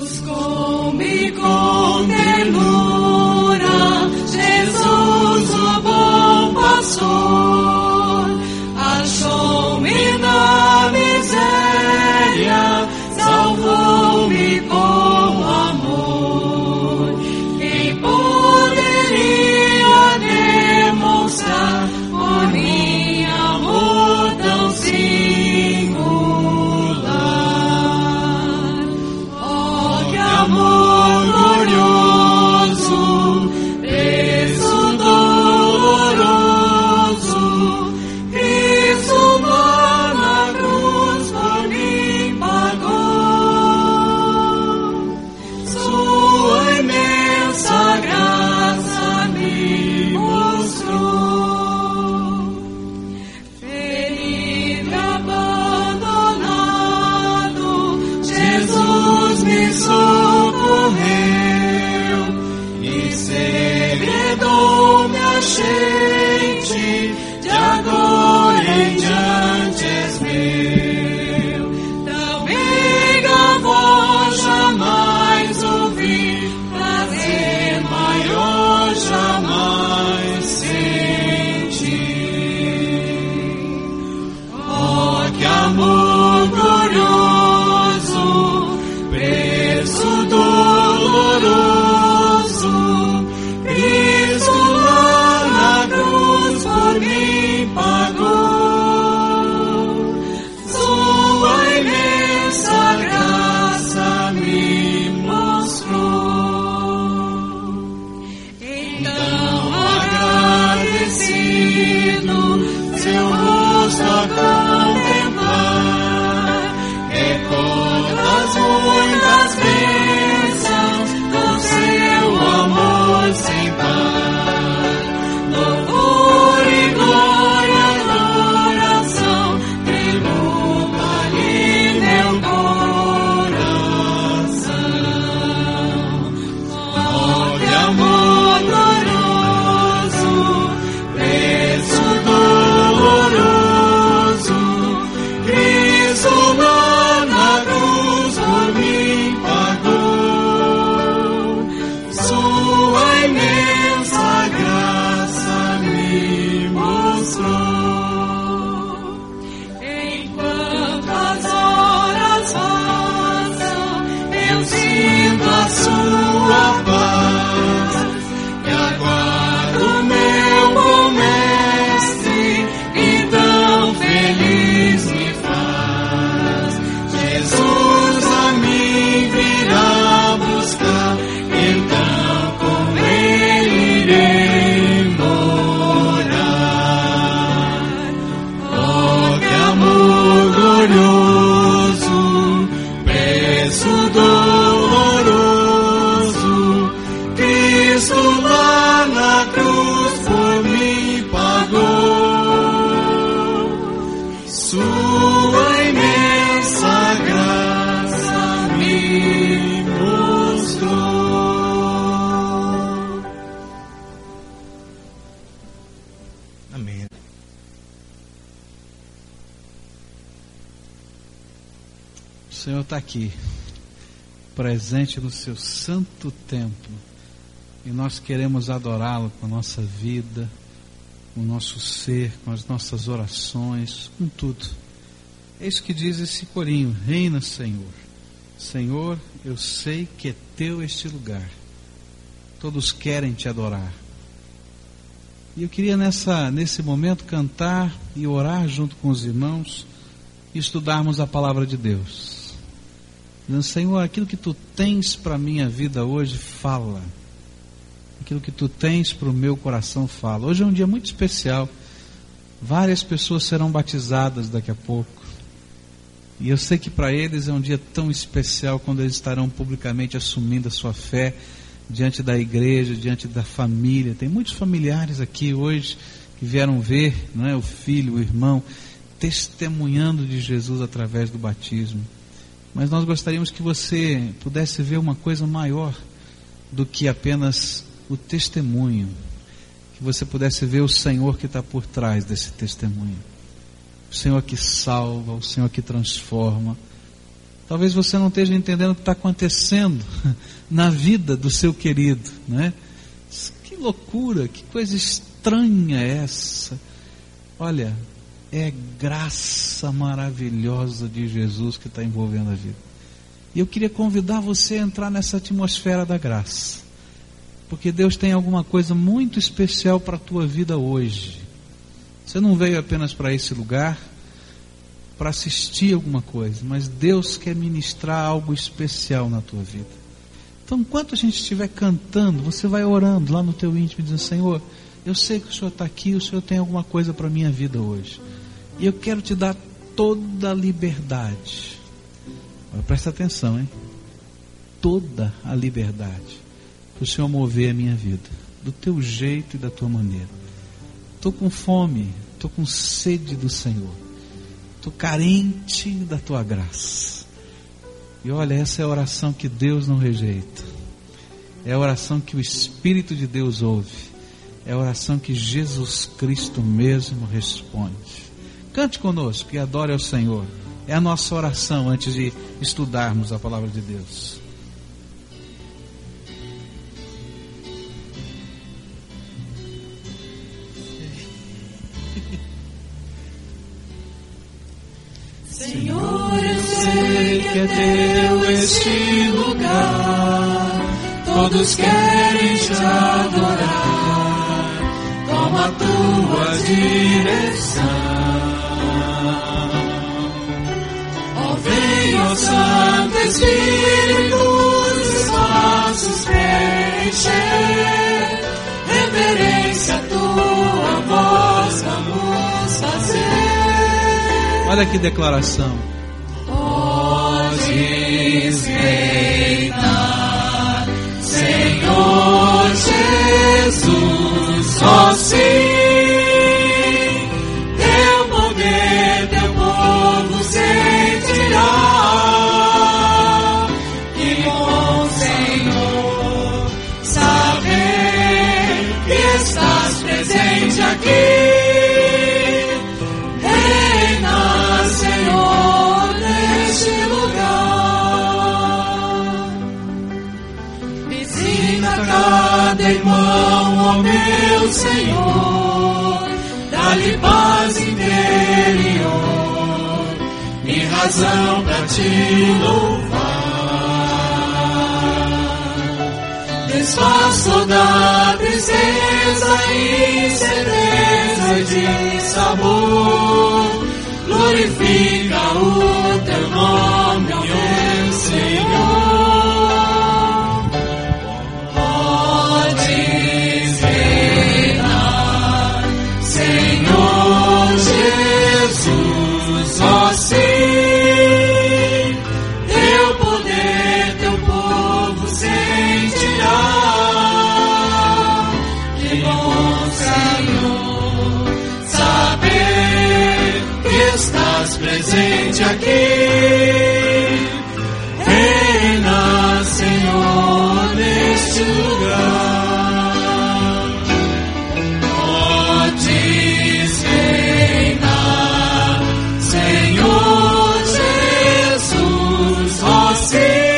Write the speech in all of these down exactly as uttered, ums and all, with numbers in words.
Buscou-me com ternura, Jesus, o bom pastor, achou-me na miséria, salvou-me com amor. Quem poderia demonstrar por mim amor tão singular? Oh, que amor glorioso, preço doloroso, Cristo lá na cruz por mim pagou. Sua imensa graça me mostrou. Ferido, abandonado, Jesus me socorreu e segredou-me a gente, de agora em diante és meu. Tão meiga voz jamais ouvi, prazer maior jamais senti. Oh, que amor glorioso, preço doloroso, Cristo lá na cruz por mim pagou. Sua imensa graça me mostrou. Então agradecido, seu rosto a contemplar, recorda as muitas bênçãos do seu amor sem par. Louvor e glória, adoração, tributa-lhe meu coração. Oh, que amor glorioso, preço doloroso, Cristo lá na cruz por mim pagou. Sua imensa graça me mostrou. Enquanto as horas passam, eu sinto a sua paz e aguardo meu bom mestre, e tão feliz me faz. Jesus a mim virá buscar, então com ele irei morar. Oh, que amor glorioso, preço doloroso, Cristo lá na cruz por mim pagou. Sua imensa graça me mostrou. Amém. O Senhor está aqui, presente no seu santo templo, e nós queremos adorá-lo com a nossa vida, com o nosso ser, com as nossas orações, com tudo. É isso que diz esse corinho: reina, Senhor. Senhor, eu sei que é teu este lugar. Todos querem te adorar. E eu queria nessa, nesse momento cantar e orar junto com os irmãos e estudarmos a palavra de Deus. Dizendo: Senhor, aquilo que tu tens para a minha vida hoje, fala. Aquilo que tu tens para o meu coração, fala. Hoje é um dia muito especial. Várias pessoas serão batizadas daqui a pouco. E eu sei que para eles é um dia tão especial quando eles estarão publicamente assumindo a sua fé diante da igreja, diante da família. Tem muitos familiares aqui hoje que vieram ver, não é, o filho, o irmão, testemunhando de Jesus através do batismo. Mas nós gostaríamos que você pudesse ver uma coisa maior do que apenas o testemunho, que você pudesse ver o Senhor que está por trás desse testemunho, o Senhor que salva, o Senhor que transforma, Talvez você não esteja entendendo o que está acontecendo na vida do seu querido, né? Que loucura, que coisa estranha é essa? Olha, é graça maravilhosa de Jesus que está envolvendo a vida. E eu queria convidar você a entrar nessa atmosfera da graça, porque Deus tem alguma coisa muito especial para a tua vida hoje. Você não veio apenas para esse lugar para assistir alguma coisa, mas Deus quer ministrar algo especial na tua vida. Então, enquanto a gente estiver cantando, você vai orando lá no teu íntimo, dizendo: Senhor, eu sei que o Senhor está aqui, o Senhor tem alguma coisa para a minha vida hoje, e eu quero te dar toda a liberdade. Agora presta atenção, hein? Toda a liberdade para o Senhor mover a minha vida, do teu jeito e da tua maneira. Estou com fome, estou com sede do Senhor, estou carente da tua graça. E olha, essa é a oração que Deus não rejeita, é a oração que o Espírito de Deus ouve, é a oração que Jesus Cristo mesmo responde. Cante conosco e adore ao Senhor. É a nossa oração antes de estudarmos a palavra de Deus. Senhor, eu sei que é teu este lugar, todos querem te adorar, toma a tua direção. Ó, vem, ó Santo Espírito, os espaços preencher, reverência a tua voz vamos fazer. Olha que declaração. Podes reinar, Senhor Jesus, ó sim, teu poder, teu povo sentirá. Que bom, Senhor, saber que estás presente aqui. Cada irmão, ó meu Senhor, dá-lhe paz interior e razão para te louvar. Desfaz toda a tristeza e incerteza de sabor, glorifica o teu nome, ó meu Senhor. Presente aqui, reina, Senhor, neste lugar. Podes reinar, Senhor Jesus, ó sim,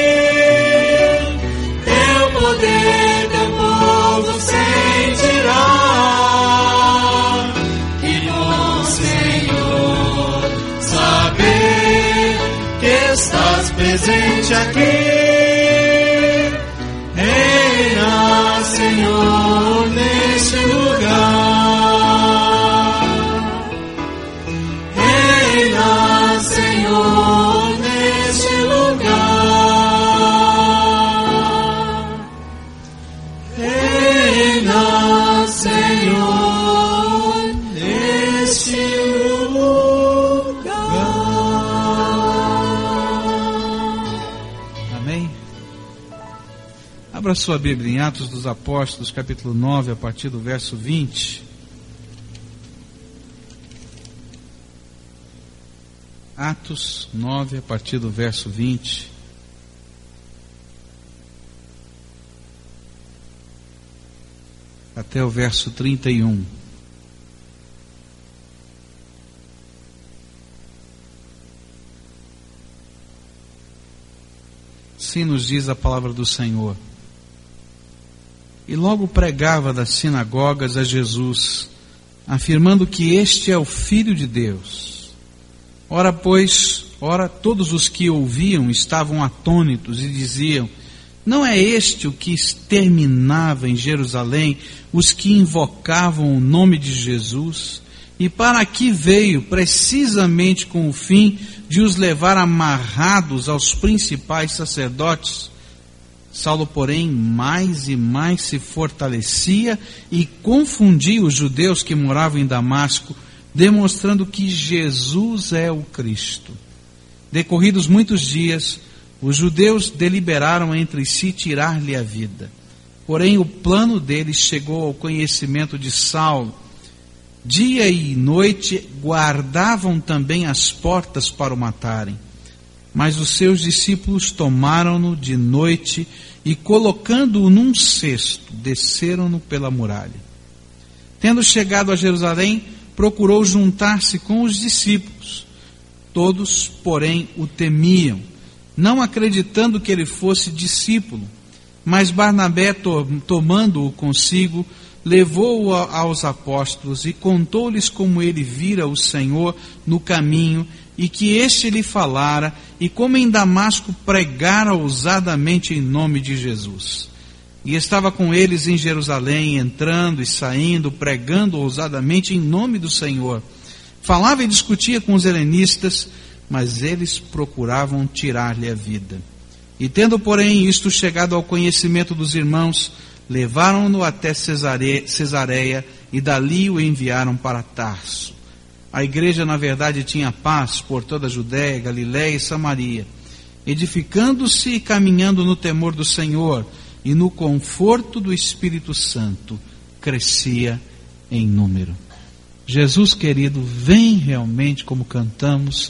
teu poder, teu povo sentirá. Que bom, Senhor, saber que estás presente aqui. Reina, Senhor, neste lugar. Reina, Senhor, neste lugar. Reina, Senhor, neste lugar. Abra sua Bíblia em Atos dos Apóstolos, capítulo nove, a partir do verso vinte. Atos nove, a partir do verso vinte. Até o verso trinta e um. Assim nos diz a palavra do Senhor. E logo pregava das sinagogas a Jesus, afirmando que este é o Filho de Deus. Ora, pois, ora todos os que ouviam estavam atônitos e diziam: não é este o que exterminava em Jerusalém os que invocavam o nome de Jesus? E para aqui veio, precisamente com o fim de os levar amarrados aos principais sacerdotes. Saulo, porém, mais e mais se fortalecia e confundia os judeus que moravam em Damasco, demonstrando que Jesus é o Cristo. Decorridos muitos dias, os judeus deliberaram entre si tirar-lhe a vida. Porém, o plano deles chegou ao conhecimento de Saulo. Dia e noite guardavam também as portas para o matarem. Mas os seus discípulos tomaram-no de noite e, colocando-o num cesto, desceram-no pela muralha. Tendo chegado a Jerusalém, procurou juntar-se com os discípulos. Todos, porém, o temiam, não acreditando que ele fosse discípulo. Mas Barnabé, tomando-o consigo, levou-o aos apóstolos e contou-lhes como ele vira o Senhor no caminho e que este lhe falara, e como em Damasco pregara ousadamente em nome de Jesus. E estava com eles em Jerusalém, entrando e saindo, pregando ousadamente em nome do Senhor. Falava e discutia com os helenistas, mas eles procuravam tirar-lhe a vida. E tendo, porém, isto chegado ao conhecimento dos irmãos, levaram-no até Cesareia e dali o enviaram para Tarso. A igreja, na verdade, tinha paz por toda a Judéia, Galiléia e Samaria, edificando-se e caminhando no temor do Senhor e no conforto do Espírito Santo, crescia em número. Jesus querido, vem realmente como cantamos,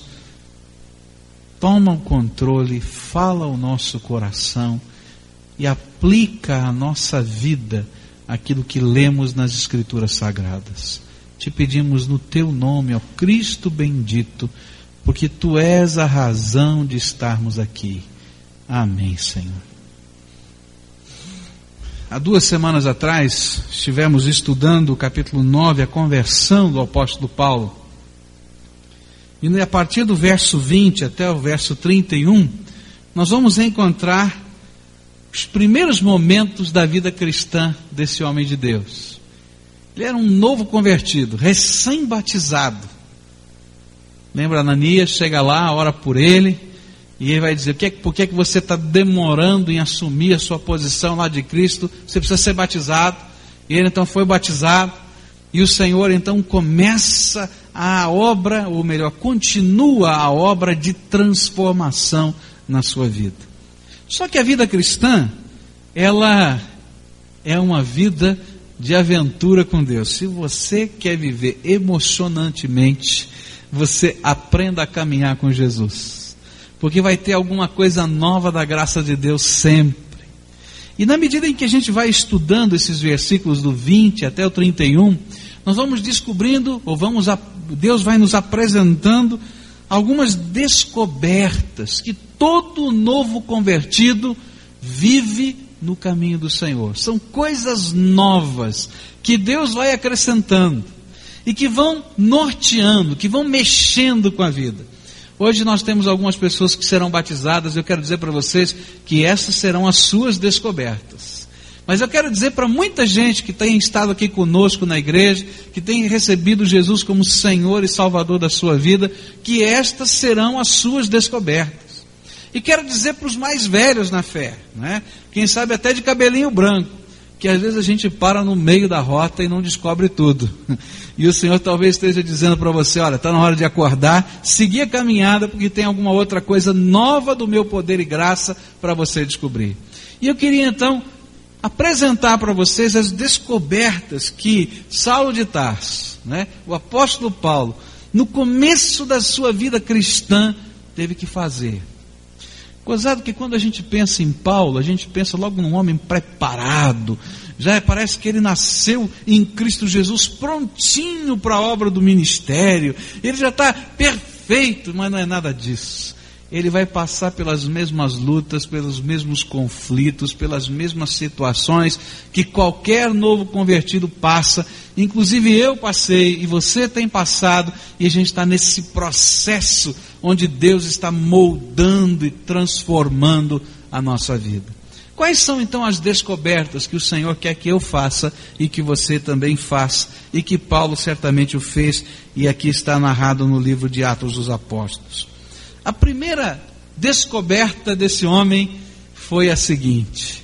toma o controle, fala ao nosso coração e aplica à nossa vida aquilo que lemos nas Escrituras Sagradas. Te pedimos no teu nome, ó Cristo bendito, porque tu és a razão de estarmos aqui. Amém, Senhor. Há duas semanas atrás, estivemos estudando o capítulo nove, a conversão do apóstolo Paulo. E a partir do verso vinte até o verso trinta e um, nós vamos encontrar os primeiros momentos da vida cristã desse homem de Deus. Ele era um novo convertido, recém-batizado. Lembra, Ananias chega lá, ora por ele, e ele vai dizer: por que, por que você está demorando em assumir a sua posição lá de Cristo? Você precisa ser batizado. E ele então foi batizado, e o Senhor então começa a obra, ou melhor, continua a obra de transformação na sua vida. Só que a vida cristã, ela é uma vida de aventura com Deus. Se você quer viver emocionantemente, você aprenda a caminhar com Jesus, porque vai ter alguma coisa nova da graça de Deus sempre. E na medida em que a gente vai estudando esses versículos do vinte até o trinta e um, nós vamos descobrindo, ou vamos, Deus vai nos apresentando algumas descobertas que todo novo convertido vive no caminho do Senhor. São coisas novas que Deus vai acrescentando e que vão norteando, que vão mexendo com a vida. Hoje nós temos algumas pessoas que serão batizadas. Eu quero dizer para vocês que essas serão as suas descobertas. Mas eu quero dizer para muita gente que tem estado aqui conosco na igreja, que tem recebido Jesus como Senhor e Salvador da sua vida, que estas serão as suas descobertas. E quero dizer para os mais velhos na fé, né? Quem sabe até de cabelinho branco, que às vezes a gente para no meio da rota e não descobre tudo. E o Senhor talvez esteja dizendo para você: olha, está na hora de acordar, seguir a caminhada, porque tem alguma outra coisa nova do meu poder e graça para você descobrir. E eu queria então apresentar para vocês as descobertas que Saulo de Tarso, né, o apóstolo Paulo, no começo da sua vida cristã, teve que fazer. Gozado que quando a gente pensa em Paulo, a gente pensa logo num homem preparado. Já parece que ele nasceu em Cristo Jesus prontinho para a obra do ministério. Ele já está perfeito, mas não é nada disso. ele vai passar pelas mesmas lutas, pelos mesmos conflitos, pelas mesmas situações que qualquer novo convertido passa. Inclusive eu passei e você tem passado, e a gente está nesse processo onde Deus está moldando e transformando a nossa vida. Quais são então as descobertas que o Senhor quer que eu faça e que você também faça, e que Paulo certamente o fez, e aqui está narrado no livro de Atos dos Apóstolos? A primeira descoberta desse homem foi a seguinte: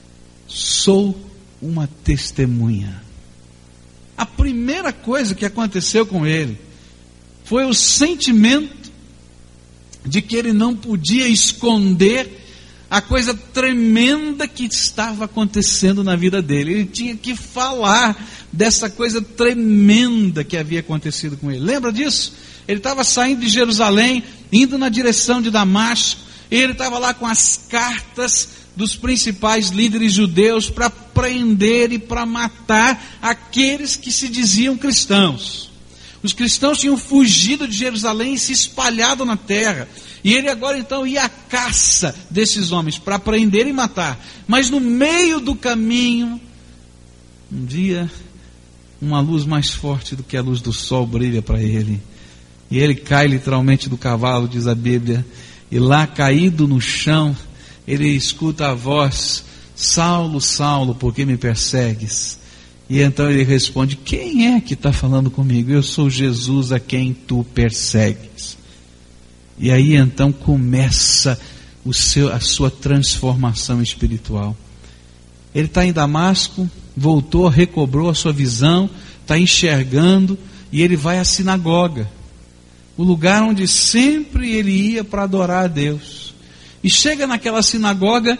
sou uma testemunha. A primeira coisa que aconteceu com ele foi o sentimento de que ele não podia esconder a coisa tremenda que estava acontecendo na vida dele. Ele tinha que falar dessa coisa tremenda que havia acontecido com ele. Lembra disso? Ele estava saindo de Jerusalém, indo na direção de Damasco. Ele estava lá com as cartas dos principais líderes judeus para prender e para matar aqueles que se diziam cristãos. Os cristãos tinham fugido de Jerusalém e se espalhado na terra. E ele agora então ia à caça desses homens para prender e matar. Mas no meio do caminho, um dia, uma luz mais forte do que a luz do sol brilha para ele. E ele cai literalmente do cavalo, diz a Bíblia. E lá, caído no chão, ele escuta a voz: Saulo, Saulo, por que me persegues? E então ele responde: quem é que está falando comigo? Eu sou Jesus a quem tu persegues. E aí então começa o seu, a sua transformação espiritual. Ele está em Damasco, voltou, recobrou a sua visão, está enxergando, e ele vai à sinagoga, o lugar onde sempre ele ia para adorar a Deus. E chega naquela sinagoga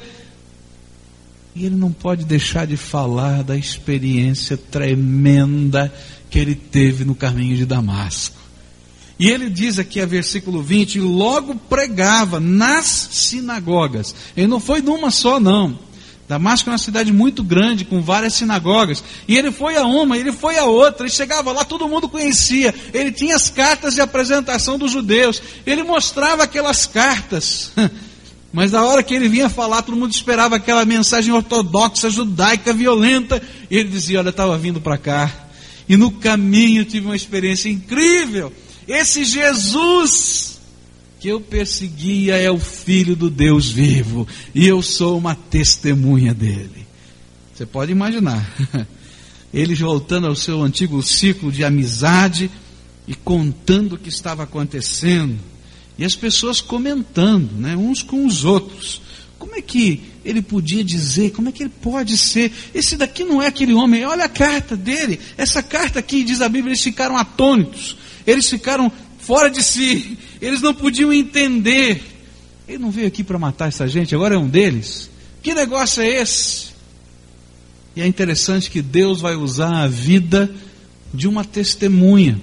e ele não pode deixar de falar da experiência tremenda que ele teve no caminho de Damasco. E ele diz aqui a versículo vinte: logo pregava nas sinagogas. Ele não foi numa só não. Damasco é uma cidade muito grande, com várias sinagogas. E ele foi a uma, ele foi a outra. Ele chegava lá, todo mundo conhecia. Ele tinha as cartas de apresentação dos judeus. Ele mostrava aquelas cartas. Mas na hora que ele vinha falar, todo mundo esperava aquela mensagem ortodoxa, judaica, violenta. E ele dizia: olha, eu estava vindo para cá. E no caminho eu tive uma experiência incrível. Esse Jesus que eu perseguia é o Filho do Deus vivo, e eu sou uma testemunha dele. Você pode imaginar, ele voltando ao seu antigo ciclo de amizade e contando o que estava acontecendo, e as pessoas comentando, né, uns com os outros. Como é que ele podia dizer, como é que ele pode ser, esse daqui não é aquele homem, olha a carta dele, essa carta aqui, diz a Bíblia, eles ficaram atônitos, eles ficaram fora de si, eles não podiam entender. Ele não veio aqui para matar essa gente, agora é um deles? Que negócio é esse? E é interessante que Deus vai usar a vida de uma testemunha,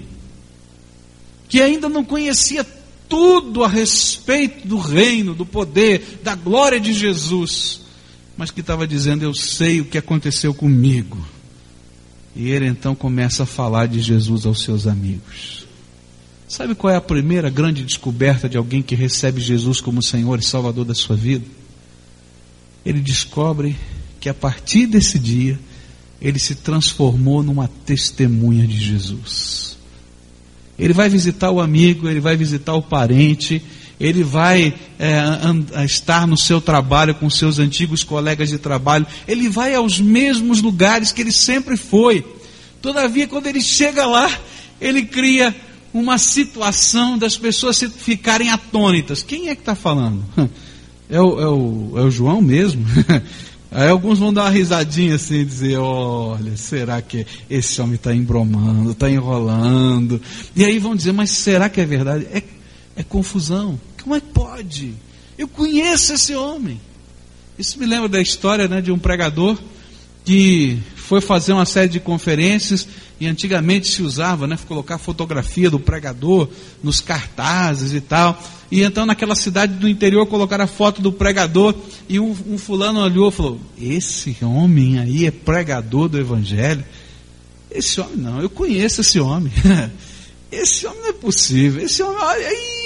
que ainda não conhecia tudo a respeito do reino, do poder, da glória de Jesus, mas que estava dizendo: eu sei o que aconteceu comigo. E ele então começa a falar de Jesus aos seus amigos. Sabe qual é a primeira grande descoberta de alguém que recebe Jesus como Senhor e Salvador da sua vida? Ele descobre que a partir desse dia, ele se transformou numa testemunha de Jesus. Ele vai visitar o amigo, ele vai visitar o parente, ele vai é, estar no seu trabalho com seus antigos colegas de trabalho, ele vai aos mesmos lugares que ele sempre foi. Todavia, quando ele chega lá, ele cria uma situação das pessoas ficarem atônitas. Quem é que está falando? É o, é, o, é o João mesmo? Aí alguns vão dar uma risadinha assim e dizer: olha, será que esse homem está embromando, está enrolando? E aí vão dizer: mas será que é verdade? É, é confusão. Como é que pode? Eu conheço esse homem. Isso me lembra da história, né, de um pregador que foi fazer uma série de conferências, e antigamente se usava, né, colocar fotografia do pregador nos cartazes e tal. E então naquela cidade do interior colocaram a foto do pregador, e um, um fulano olhou e falou: esse homem aí é pregador do evangelho? Esse homem não, eu conheço esse homem. Esse homem não é possível. Esse homem, olha, aí,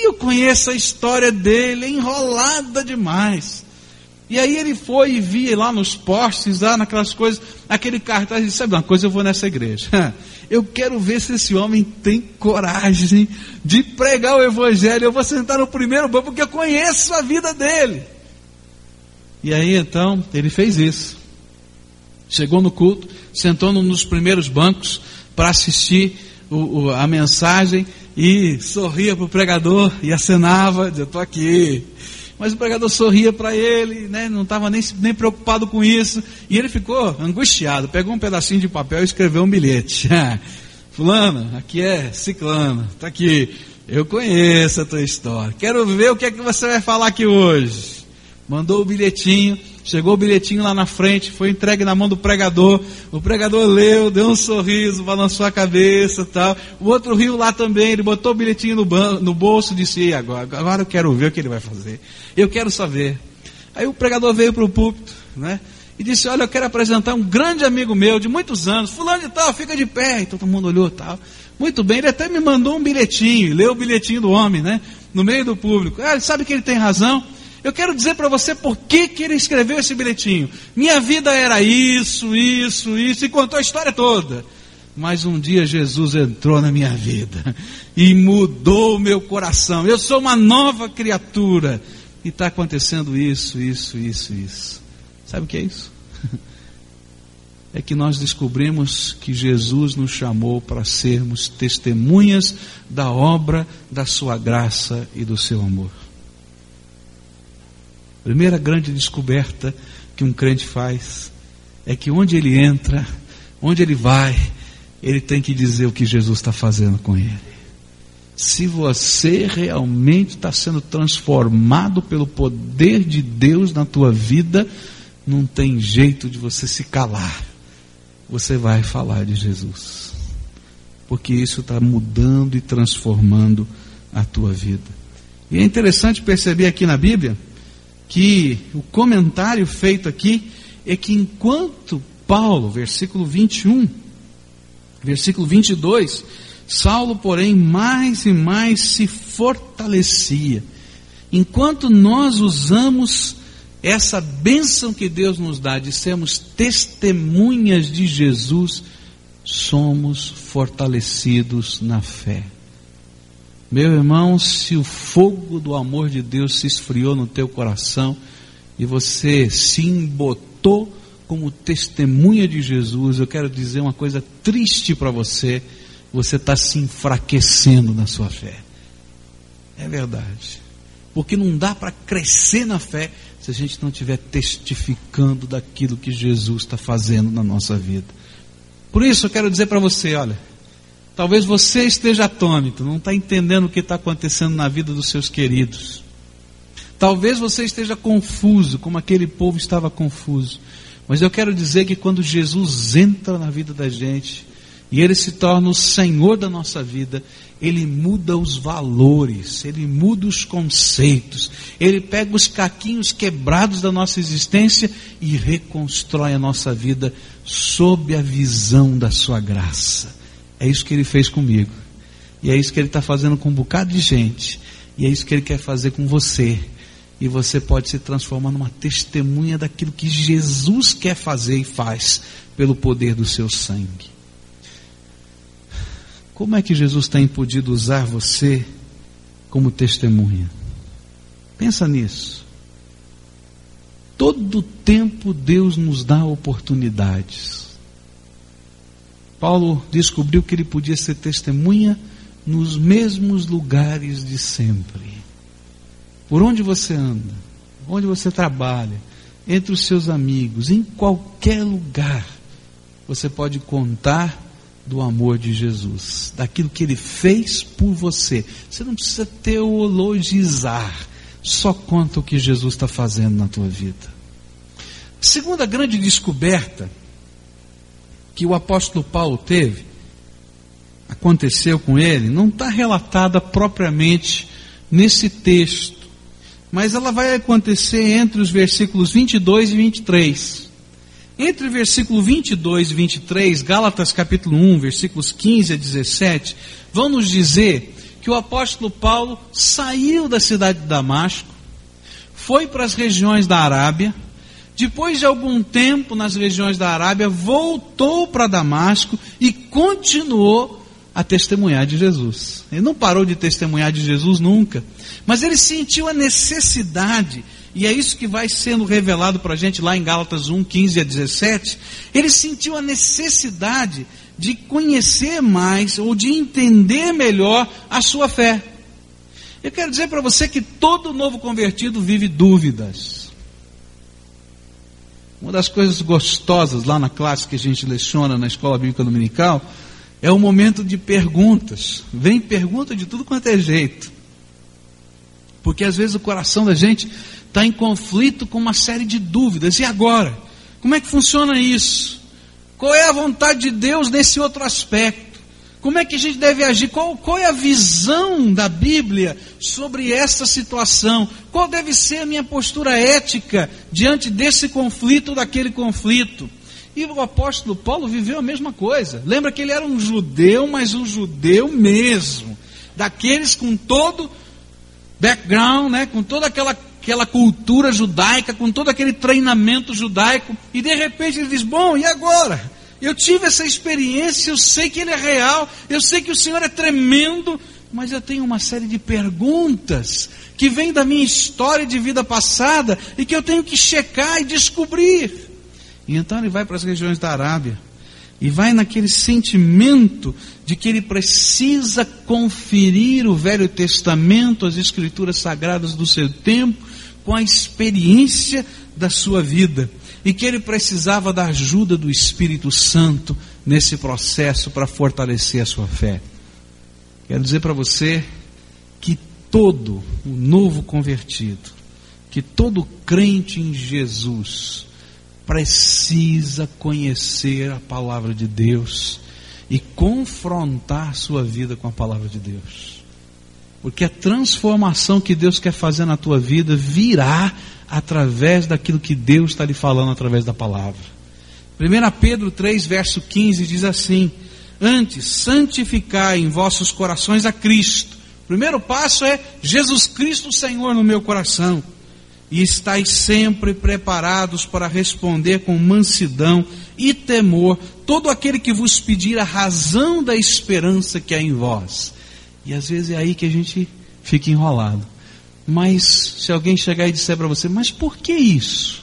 eu conheço a história dele, é enrolada demais. E aí ele foi e via lá nos postes, lá naquelas coisas, aquele cartaz, e disse, sabe uma coisa, eu vou nessa igreja. Eu quero ver se esse homem tem coragem de pregar o evangelho. Eu vou sentar no primeiro banco, porque eu conheço a vida dele. E aí então, ele fez isso. Chegou no culto, sentou nos primeiros bancos para assistir o, o, a mensagem e sorria para o pregador e acenava, dizia, estou aqui. Mas o pregador sorria para ele, né? Não estava nem, nem preocupado com isso. E ele ficou angustiado, pegou um pedacinho de papel e escreveu um bilhete. Fulano, aqui é ciclano, está aqui. Eu conheço a tua história, quero ver o que é que você vai falar aqui hoje. Mandou o bilhetinho, chegou o bilhetinho lá na frente, foi entregue na mão do pregador. O pregador leu, deu um sorriso, balançou a cabeça e tal. O outro riu lá também, ele botou o bilhetinho no, ban- no bolso e disse, e agora, agora eu quero ver o que ele vai fazer. Eu quero saber. Aí o pregador veio para o púlpito, né? E disse, olha, eu quero apresentar um grande amigo meu de muitos anos, fulano de tal, fica de pé. E todo mundo olhou e tal. Muito bem, ele até me mandou um bilhetinho, leu o bilhetinho do homem, né? No meio do público. Ah, ele sabe que ele tem razão. Eu quero dizer para você por que, que ele escreveu esse bilhetinho. Minha vida era isso, isso, isso, e contou a história toda. Mas um dia Jesus entrou na minha vida e mudou o meu coração. Eu sou uma nova criatura. E está acontecendo isso, isso, isso, isso. Sabe o que é isso? É que nós descobrimos que Jesus nos chamou para sermos testemunhas da obra da sua graça e do seu amor. Primeira grande descoberta que um crente faz é que onde ele entra, onde ele vai, ele tem que dizer o que Jesus está fazendo com ele. Se você realmente está sendo transformado pelo poder de Deus na tua vida, não tem jeito de você se calar. Você vai falar de Jesus, porque isso está mudando e transformando a tua vida. E é interessante perceber aqui na Bíblia que o comentário feito aqui é que enquanto Paulo, versículo vinte e um, versículo vinte e dois, Saulo, porém, mais e mais se fortalecia. Enquanto nós usamos essa bênção que Deus nos dá de sermos testemunhas de Jesus, somos fortalecidos na fé. Meu irmão, se o fogo do amor de Deus se esfriou no teu coração e você se embotou como testemunha de Jesus, eu quero dizer uma coisa triste para você: você está se enfraquecendo na sua fé. É verdade, porque não dá para crescer na fé se a gente não estiver testificando daquilo que Jesus está fazendo na nossa vida. Por isso eu quero dizer para você, olha, talvez você esteja atônito, não está entendendo o que está acontecendo na vida dos seus queridos. Talvez você esteja confuso, como aquele povo estava confuso. Mas eu quero dizer que quando Jesus entra na vida da gente, e Ele se torna o Senhor da nossa vida, Ele muda os valores, Ele muda os conceitos, Ele pega os caquinhos quebrados da nossa existência e reconstrói a nossa vida sob a visão da sua graça. É isso que Ele fez comigo, e é isso que Ele está fazendo com um bocado de gente, e é isso que Ele quer fazer com você. E você pode se transformar numa testemunha daquilo que Jesus quer fazer e faz pelo poder do seu sangue. Como é que Jesus tem podido usar você como testemunha? Pensa nisso. Todo tempo Deus nos dá oportunidades. Paulo descobriu que ele podia ser testemunha nos mesmos lugares de sempre. Por onde você anda, onde você trabalha, entre os seus amigos, em qualquer lugar, você pode contar do amor de Jesus, daquilo que Ele fez por você. Você não precisa teologizar, só conta o que Jesus está fazendo na tua vida. Segunda grande descoberta que o apóstolo Paulo teve, aconteceu com ele, não está relatada propriamente nesse texto, mas ela vai acontecer entre os versículos vinte e dois e vinte e três. Entre o versículo vinte e dois e vinte e três, Gálatas capítulo um, versículos quinze a dezessete, vão nos dizer que o apóstolo Paulo saiu da cidade de Damasco, foi para as regiões da Arábia, depois de algum tempo nas regiões da Arábia, voltou para Damasco e continuou a testemunhar de Jesus. Ele não parou de testemunhar de Jesus nunca, mas ele sentiu a necessidade, e é isso que vai sendo revelado para a gente lá em Gálatas um, quinze a dezessete, ele sentiu a necessidade de conhecer mais, ou de entender melhor a sua fé. Eu quero dizer para você que todo novo convertido vive dúvidas. Uma das coisas gostosas lá na classe que a gente leciona na Escola Bíblica Dominical é o momento de perguntas. Vem pergunta de tudo quanto é jeito. Porque às vezes o coração da gente está em conflito com uma série de dúvidas. E agora? Como é que funciona isso? Qual é a vontade de Deus nesse outro aspecto? Como é que a gente deve agir? Qual, qual é a visão da Bíblia sobre essa situação? Qual deve ser a minha postura ética diante desse conflito ou daquele conflito? E o apóstolo Paulo viveu a mesma coisa. Lembra que ele era um judeu, mas um judeu mesmo. Daqueles com todo background, né? Com toda aquela, aquela cultura judaica, com todo aquele treinamento judaico. E de repente ele diz, bom, e agora? Eu tive essa experiência, eu sei que ele é real, eu sei que o Senhor é tremendo, mas eu tenho uma série de perguntas que vêm da minha história de vida passada e que eu tenho que checar e descobrir. E então ele vai para as regiões da Arábia e vai naquele sentimento de que ele precisa conferir o Velho Testamento, as Escrituras Sagradas do seu tempo, com a experiência da sua vida. E que ele precisava da ajuda do Espírito Santo nesse processo para fortalecer a sua fé. Quero dizer para você que todo o novo convertido, que todo crente em Jesus precisa conhecer a palavra de Deus e confrontar sua vida com a palavra de Deus. Porque a transformação que Deus quer fazer na tua vida virá através daquilo que Deus está lhe falando através da palavra. primeira Pedro três, verso quinze diz assim: antes, santificai em vossos corações a Cristo. O primeiro passo é Jesus Cristo Senhor no meu coração. E estáis sempre preparados para responder com mansidão e temor todo aquele que vos pedir a razão da esperança que há em vós. E às vezes é aí que a gente fica enrolado. Mas se alguém chegar e disser para você, mas por que isso?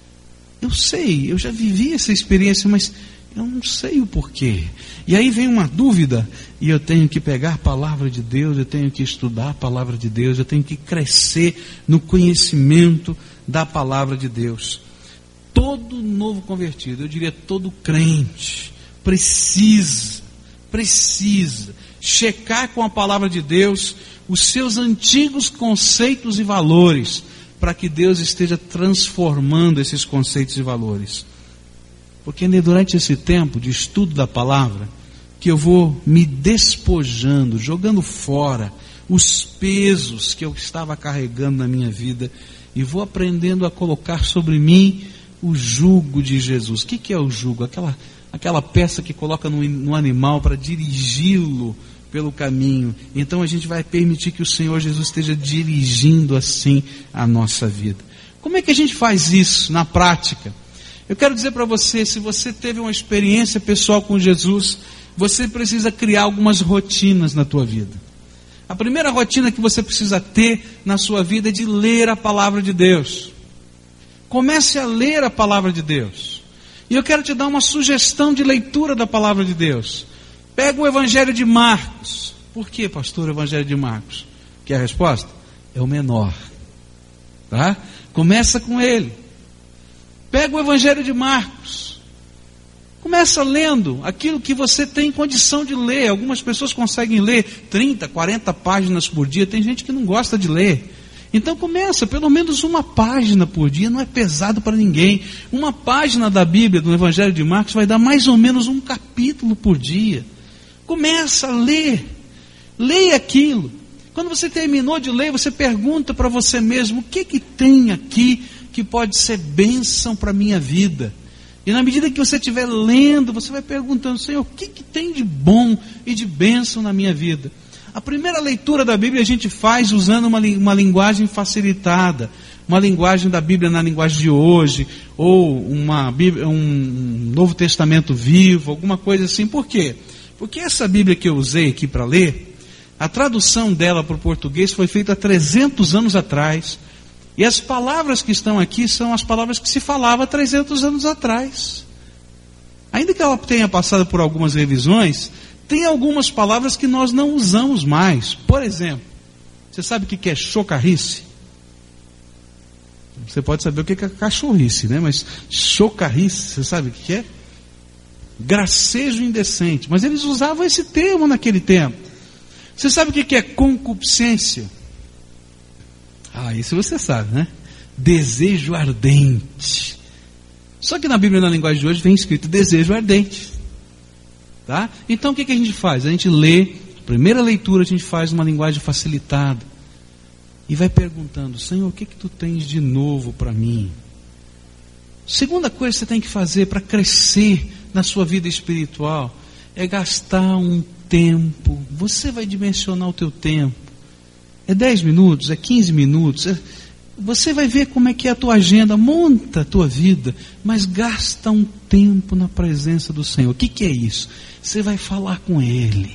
Eu sei, eu já vivi essa experiência, mas eu não sei o porquê. E aí vem uma dúvida, e eu tenho que pegar a palavra de Deus, eu tenho que estudar a palavra de Deus, eu tenho que crescer no conhecimento da palavra de Deus. Todo novo convertido, eu diria todo crente, precisa, precisa checar com a palavra de Deus os seus antigos conceitos e valores, para que Deus esteja transformando esses conceitos e valores. Porque é durante esse tempo de estudo da palavra que eu vou me despojando, jogando fora os pesos que eu estava carregando na minha vida e vou aprendendo a colocar sobre mim o jugo de Jesus. O que, que é o jugo? Aquela, aquela peça que coloca no, no animal para dirigi-lo pelo caminho. Então a gente vai permitir que o Senhor Jesus esteja dirigindo assim a nossa vida. Como é que a gente faz isso na prática? Eu quero dizer para você, se você teve uma experiência pessoal com Jesus, você precisa criar algumas rotinas na tua vida. A primeira rotina que você precisa ter na sua vida é de ler a palavra de Deus. Comece a ler a palavra de Deus. E eu quero te dar uma sugestão de leitura da palavra de Deus. Pega o Evangelho de Marcos. Por que, pastor, o Evangelho de Marcos? Quer a resposta? É o menor. Tá? Começa com ele. Pega o Evangelho de Marcos. Começa lendo aquilo que você tem condição de ler. Algumas pessoas conseguem ler trinta, quarenta páginas por dia. Tem gente que não gosta de ler. Então começa, pelo menos uma página por dia. Não é pesado para ninguém. Uma página da Bíblia, do Evangelho de Marcos, vai dar mais ou menos um capítulo por dia. Começa a ler. Leia aquilo. Quando você terminou de ler, você pergunta para você mesmo: o que que tem aqui que pode ser bênção para a minha vida? E na medida que você estiver lendo, você vai perguntando: Senhor, o que que tem de bom e de bênção na minha vida? A primeira leitura da Bíblia a gente faz usando uma, uma linguagem facilitada, uma linguagem da Bíblia na linguagem de hoje, ou uma Bíblia, um Novo Testamento vivo, alguma coisa assim. Por quê? Porque essa Bíblia que eu usei aqui para ler, a tradução dela para o português foi feita há trezentos anos atrás. E as palavras que estão aqui são as palavras que se falava há trezentos anos atrás. Ainda que ela tenha passado por algumas revisões, tem algumas palavras que nós não usamos mais. Por exemplo, você sabe o que é chocarrice? Você pode saber o que é cachorrice, né? Mas chocarrice, você sabe o que é? Gracejo indecente. Mas eles usavam esse termo naquele tempo. Você sabe o que é concupiscência? Ah, isso você sabe, né? Desejo ardente. Só que na Bíblia, na linguagem de hoje, vem escrito desejo ardente. Tá? Então o que, que a gente faz? A gente lê, primeira leitura a gente faz uma linguagem facilitada. E vai perguntando, Senhor, o que, que tu tens de novo para mim? Segunda coisa que você tem que fazer para crescer na sua vida espiritual é gastar um tempo. Você vai dimensionar o teu tempo. É dez minutos, é quinze minutos. É... Você vai ver como é que é a tua agenda. Monta a tua vida, mas gasta um tempo na presença do Senhor. O que, que é isso? Você vai falar com Ele.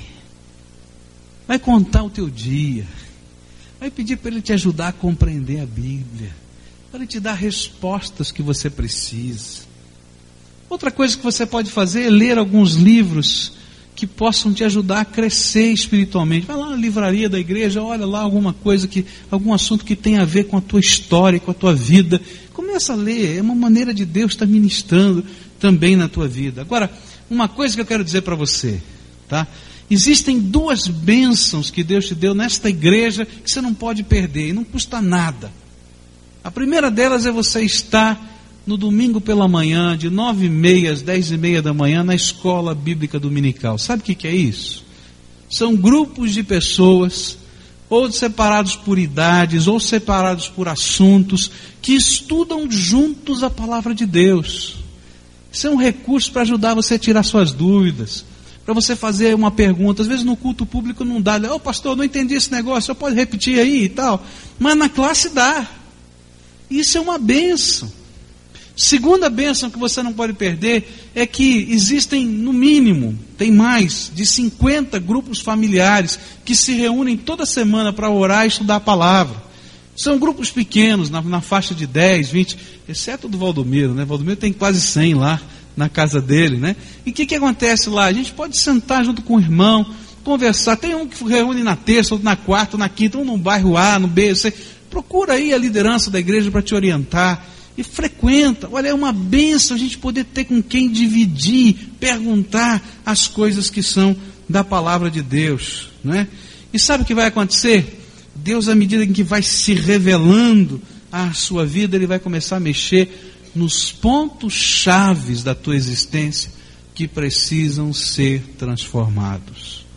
Vai contar o teu dia. Vai pedir para Ele te ajudar a compreender a Bíblia. Para Ele te dar respostas que você precisa. Outra coisa que você pode fazer é ler alguns livros que possam te ajudar a crescer espiritualmente. Vai lá na livraria da igreja, olha lá alguma coisa, que, algum assunto que tem a ver com a tua história, com a tua vida. Começa a ler, é uma maneira de Deus estar ministrando também na tua vida. Agora, uma coisa que eu quero dizer para você, tá? Existem duas bênçãos que Deus te deu nesta igreja que você não pode perder, e não custa nada. A primeira delas é você estar no domingo pela manhã, de nove e meia às dez e meia da manhã, na escola bíblica dominical. Sabe o que, que é isso? São grupos de pessoas, ou separados por idades, ou separados por assuntos, que estudam juntos a palavra de Deus. Isso é um recurso para ajudar você a tirar suas dúvidas, para você fazer uma pergunta. Às vezes no culto público não dá, ô pastor, não entendi esse negócio, você pode repetir aí e tal. Mas na classe dá. Isso é uma bênção. Segunda bênção que você não pode perder é que existem, no mínimo, tem mais de cinquenta grupos familiares que se reúnem toda semana para orar e estudar a palavra. São grupos pequenos, na, na faixa de dez, vinte, exceto do Valdomiro, né? Valdomiro tem quase cem lá na casa dele, né? E o que, que acontece lá? A gente pode sentar junto com o irmão, conversar. Tem um que reúne na terça, outro na quarta, na quinta, um no bairro A, no B, você procura aí a liderança da igreja para te orientar. E frequenta, olha, é uma bênção a gente poder ter com quem dividir, perguntar as coisas que são da palavra de Deus, né? E sabe o que vai acontecer? Deus, à medida em que vai se revelando a sua vida, Ele vai começar a mexer nos pontos chaves da tua existência que precisam ser transformados.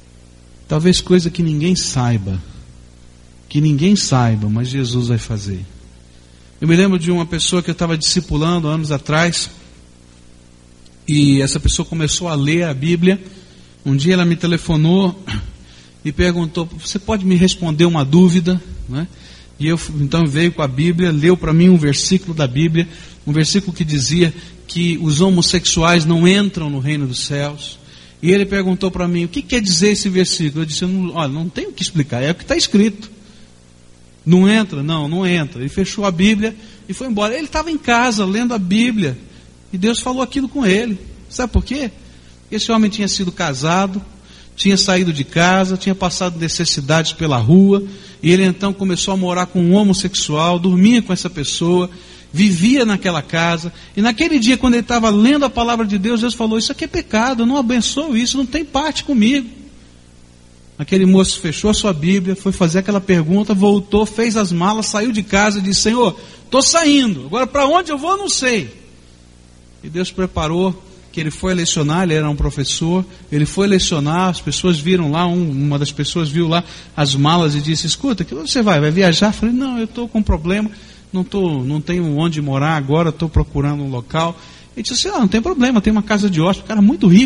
Talvez coisa que ninguém saiba, que ninguém saiba, mas Jesus vai fazer. Eu me lembro de uma pessoa que eu estava discipulando anos atrás, e essa pessoa começou a ler a Bíblia. Um dia ela me telefonou e perguntou, você pode me responder uma dúvida? Né? E eu então veio com a Bíblia, leu para mim um versículo da Bíblia, um versículo que dizia que os homossexuais não entram no reino dos céus. E ele perguntou para mim, o que quer dizer esse versículo? Eu disse, não, olha, não tenho o que explicar, é o que está escrito. Não entra? Não, não entra. Ele fechou a Bíblia e foi embora. Ele estava em casa lendo a Bíblia e Deus falou aquilo com ele. Sabe por quê? Esse homem tinha sido casado, tinha saído de casa, tinha passado necessidades pela rua, e ele então começou a morar com um homossexual, dormia com essa pessoa, vivia naquela casa, e naquele dia quando ele estava lendo a palavra de Deus, Deus falou, isso aqui é pecado, eu não abençoo isso, não tem parte comigo. Aquele moço fechou a sua Bíblia, foi fazer aquela pergunta, voltou, fez as malas, saiu de casa e disse, Senhor, estou saindo, agora para onde eu vou, eu não sei. E Deus preparou que ele foi lecionar, ele era um professor, ele foi lecionar, as pessoas viram lá, um, uma das pessoas viu lá as malas e disse, escuta, que você vai, vai viajar? Eu falei, não, eu estou com um problema, não, tô, não tenho onde morar agora, estou procurando um local. Ele disse assim, ah, não tem problema, tem uma casa de hóspede, um cara muito rico,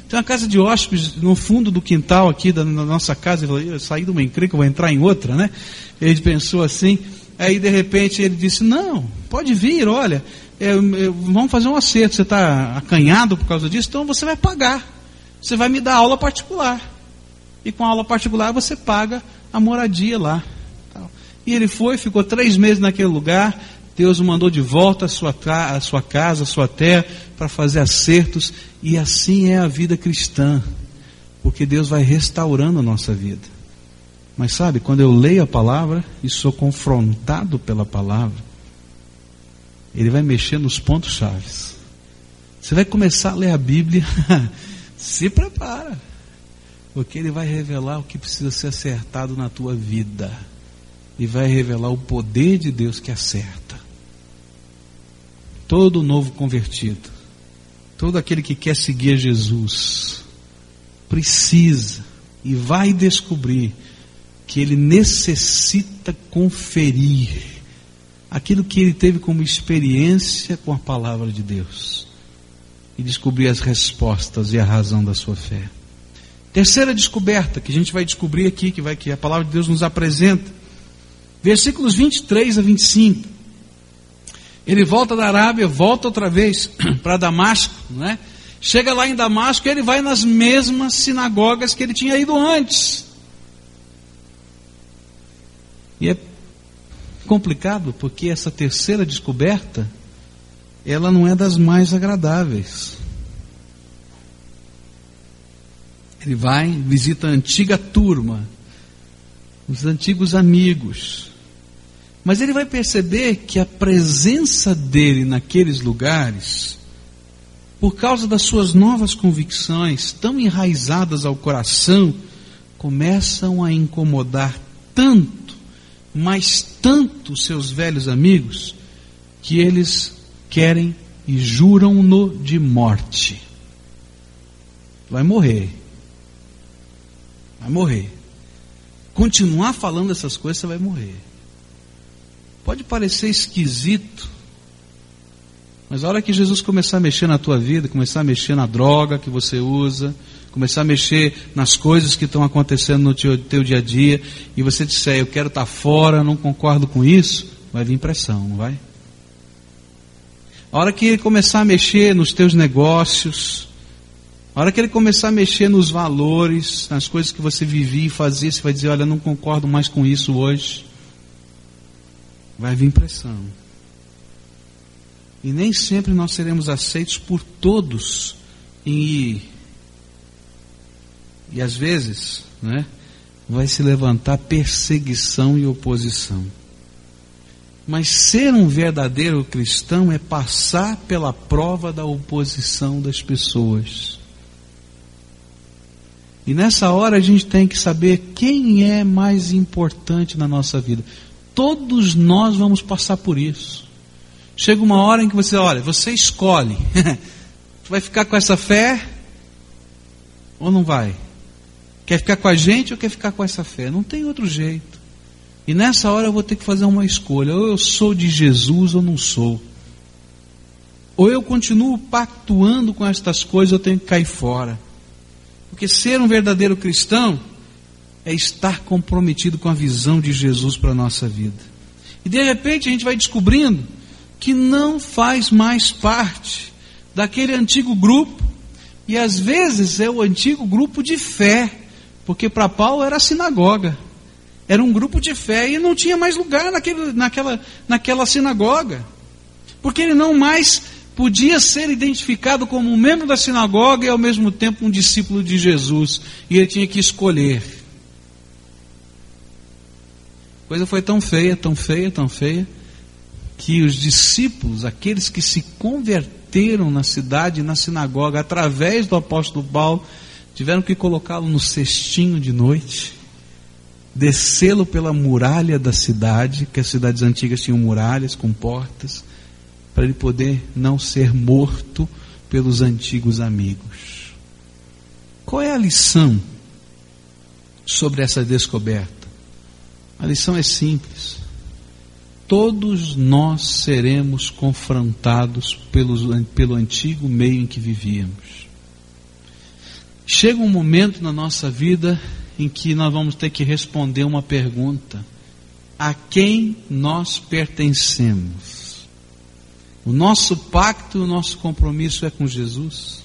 Tem uma casa de hóspedes no fundo do quintal aqui da nossa casa. Ele falou, eu saí de uma encrenca, vou entrar em outra, né? Ele pensou assim. Aí de repente ele disse, não, pode vir, olha, é, é, vamos fazer um acerto. Você está acanhado por causa disso, então você vai pagar. Você vai me dar aula particular. E com a aula particular você paga a moradia lá. E ele foi, ficou três meses naquele lugar. Deus o mandou de volta à sua, à sua casa, à sua terra, para fazer acertos. E assim é a vida cristã. Porque Deus vai restaurando a nossa vida. Mas sabe, quando eu leio a palavra e sou confrontado pela palavra, Ele vai mexer nos pontos chaves. Você vai começar a ler a Bíblia, se prepara. Porque Ele vai revelar o que precisa ser acertado na tua vida. E vai revelar o poder de Deus que acerta. Todo novo convertido, todo aquele que quer seguir Jesus, precisa e vai descobrir que ele necessita conferir aquilo que ele teve como experiência com a palavra de Deus e descobrir as respostas e a razão da sua fé. Terceira descoberta que a gente vai descobrir aqui, que, vai, que a palavra de Deus nos apresenta, versículos vinte e três a vinte e cinco. Ele volta da Arábia, volta outra vez para Damasco, não é? Chega lá em Damasco e ele vai nas mesmas sinagogas que ele tinha ido antes. E é complicado porque essa terceira descoberta, ela não é das mais agradáveis. Ele vai, visita a antiga turma, os antigos amigos. Mas ele vai perceber que a presença dele naqueles lugares, por causa das suas novas convicções, tão enraizadas ao coração, começam a incomodar tanto, mas tanto seus velhos amigos, que eles querem e juram-no de morte. Vai morrer. Vai morrer. Continuar falando essas coisas, você vai morrer. Pode parecer esquisito, mas a hora que Jesus começar a mexer na tua vida, começar a mexer na droga que você usa, começar a mexer nas coisas que estão acontecendo no teu, teu dia a dia, e você disser, eu quero estar fora, não concordo com isso, vai vir pressão, não vai? A hora que ele começar a mexer nos teus negócios, a hora que ele começar a mexer nos valores, nas coisas que você vivia e fazia, você vai dizer, olha, não concordo mais com isso hoje. Vai vir pressão. E nem sempre nós seremos aceitos por todos. E, e às vezes, né, vai se levantar perseguição e oposição. Mas ser um verdadeiro cristão é passar pela prova da oposição das pessoas. E nessa hora a gente tem que saber quem é mais importante na nossa vida. Todos nós vamos passar por isso. Chega uma hora em que você, olha, você escolhe. Você vai ficar com essa fé ou não vai? Quer ficar com a gente ou quer ficar com essa fé? Não tem outro jeito. E nessa hora eu vou ter que fazer uma escolha. Ou eu sou de Jesus ou não sou. Ou eu continuo pactuando com estas coisas, eu tenho que cair fora. Porque ser um verdadeiro cristão é estar comprometido com a visão de Jesus para a nossa vida. E de repente a gente vai descobrindo que não faz mais parte daquele antigo grupo, e às vezes é o antigo grupo de fé, porque para Paulo era a sinagoga, era um grupo de fé, e não tinha mais lugar naquele, naquela, naquela sinagoga, porque ele não mais podia ser identificado como um membro da sinagoga e ao mesmo tempo um discípulo de Jesus, e ele tinha que escolher. A coisa foi tão feia, tão feia, tão feia, que os discípulos, aqueles que se converteram na cidade, na sinagoga, através do apóstolo Paulo, tiveram que colocá-lo no cestinho de noite, descê-lo pela muralha da cidade, que as cidades antigas tinham muralhas com portas, para ele poder não ser morto pelos antigos amigos. Qual é a lição sobre essa descoberta? A lição é simples. Todos nós seremos confrontados pelos, pelo antigo meio em que vivíamos. Chega um momento na nossa vida em que nós vamos ter que responder uma pergunta: a quem nós pertencemos? O nosso pacto, o nosso compromisso é com Jesus?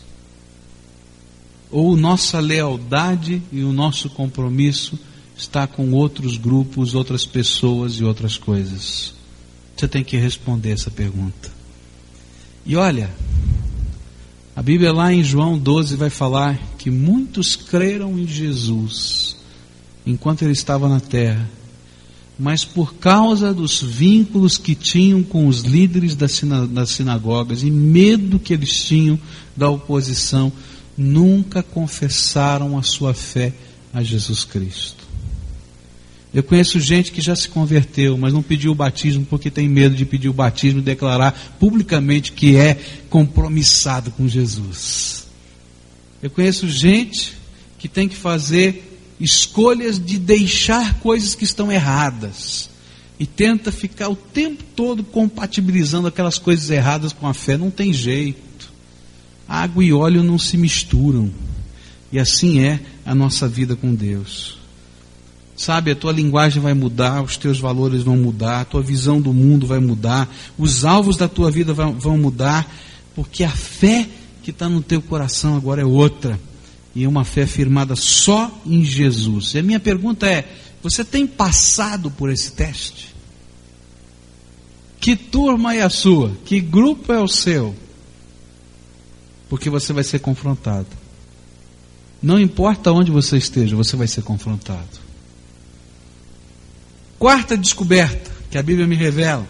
Ou nossa lealdade e o nosso compromisso está com outros grupos, outras pessoas e outras coisas? Você tem que responder essa pergunta. E olha, a Bíblia lá em João doze vai falar que muitos creram em Jesus enquanto ele estava na terra, mas por causa dos vínculos que tinham com os líderes das sinagogas e medo que eles tinham da oposição, nunca confessaram a sua fé a Jesus Cristo. Eu conheço gente que já se converteu, mas não pediu o batismo porque tem medo de pedir o batismo e declarar publicamente que é compromissado com Jesus. Eu conheço gente que tem que fazer escolhas de deixar coisas que estão erradas e tenta ficar o tempo todo compatibilizando aquelas coisas erradas com a fé. Não tem jeito. Água e óleo não se misturam. E assim é a nossa vida com Deus. Sabe, a tua linguagem vai mudar, os teus valores vão mudar, a tua visão do mundo vai mudar, os alvos da tua vida vão, vão mudar, porque a fé que está no teu coração agora é outra, e é uma fé firmada só em Jesus. E a minha pergunta é: você tem passado por esse teste? Que turma é a sua? Que grupo é o seu? Porque você vai ser confrontado. Não importa onde você esteja, você vai ser confrontado. Quarta descoberta que a Bíblia me revela,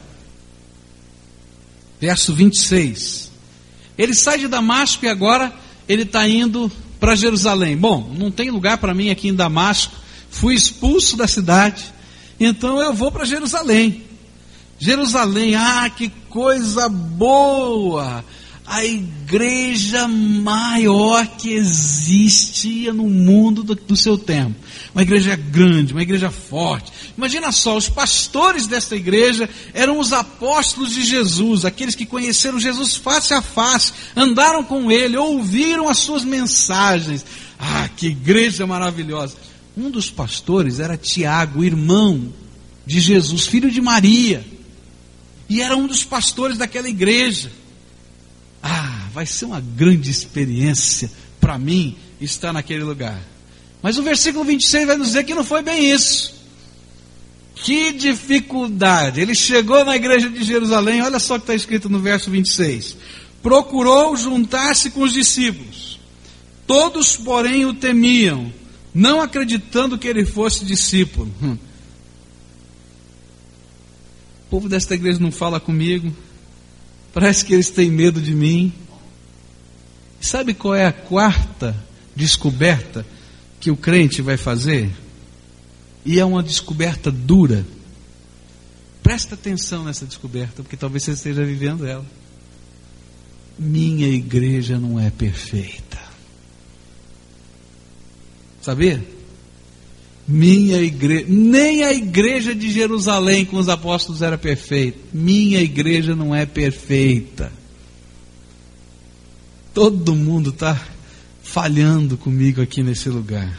verso vinte e seis. Ele sai de Damasco e agora ele está indo para Jerusalém. Bom, não tem lugar para mim aqui em Damasco, fui expulso da cidade, então eu vou para Jerusalém. Jerusalém, ah, que coisa boa! A igreja maior que existia no mundo do, do seu tempo. Uma igreja grande, uma igreja forte. Imagina só, os pastores desta igreja eram os apóstolos de Jesus, aqueles que conheceram Jesus face a face, andaram com ele, ouviram as suas mensagens. Ah, que igreja maravilhosa! Um dos pastores era Tiago, irmão de Jesus, filho de Maria, e era um dos pastores daquela igreja. Ah, vai ser uma grande experiência para mim estar naquele lugar. Mas o versículo vinte e seis vai nos dizer que não foi bem isso. Que dificuldade! Ele chegou na igreja de Jerusalém, olha só o que está escrito no verso vinte e seis. Procurou juntar-se com os discípulos. Todos, porém, o temiam, não acreditando que ele fosse discípulo. Hum. O povo desta igreja não fala comigo. Parece que eles têm medo de mim. Sabe qual é a quarta descoberta que o crente vai fazer? E é uma descoberta dura. Presta atenção nessa descoberta, porque talvez você esteja vivendo ela. Minha igreja não é perfeita. Sabia? Minha igreja, nem a igreja de Jerusalém com os apóstolos era perfeita. Minha igreja não é perfeita. Todo mundo está falhando comigo aqui nesse lugar.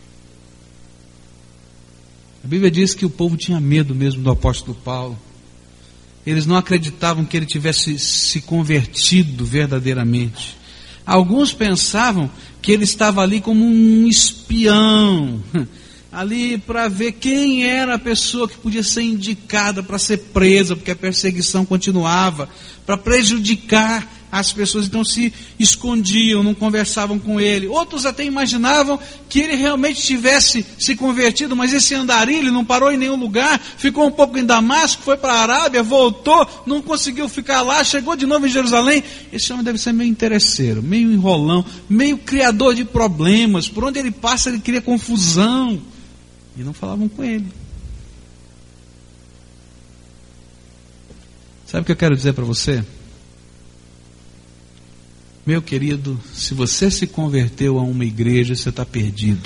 A Bíblia diz que o povo tinha medo mesmo do apóstolo Paulo. Eles não acreditavam que ele tivesse se convertido verdadeiramente. Alguns pensavam que ele estava ali como um espião, ali para ver quem era a pessoa que podia ser indicada para ser presa, porque a perseguição continuava, para prejudicar as pessoas. Então se escondiam, não conversavam com ele. Outros até imaginavam que ele realmente tivesse se convertido, mas esse andarilho não parou em nenhum lugar, ficou um pouco em Damasco, foi para a Arábia, voltou, não conseguiu ficar lá, chegou de novo em Jerusalém. Esse homem deve ser meio interesseiro, meio enrolão, meio criador de problemas. Por onde ele passa ele cria confusão. E não falavam com ele. Sabe o que eu quero dizer para você? Meu querido, se você se converteu a uma igreja, você está perdido.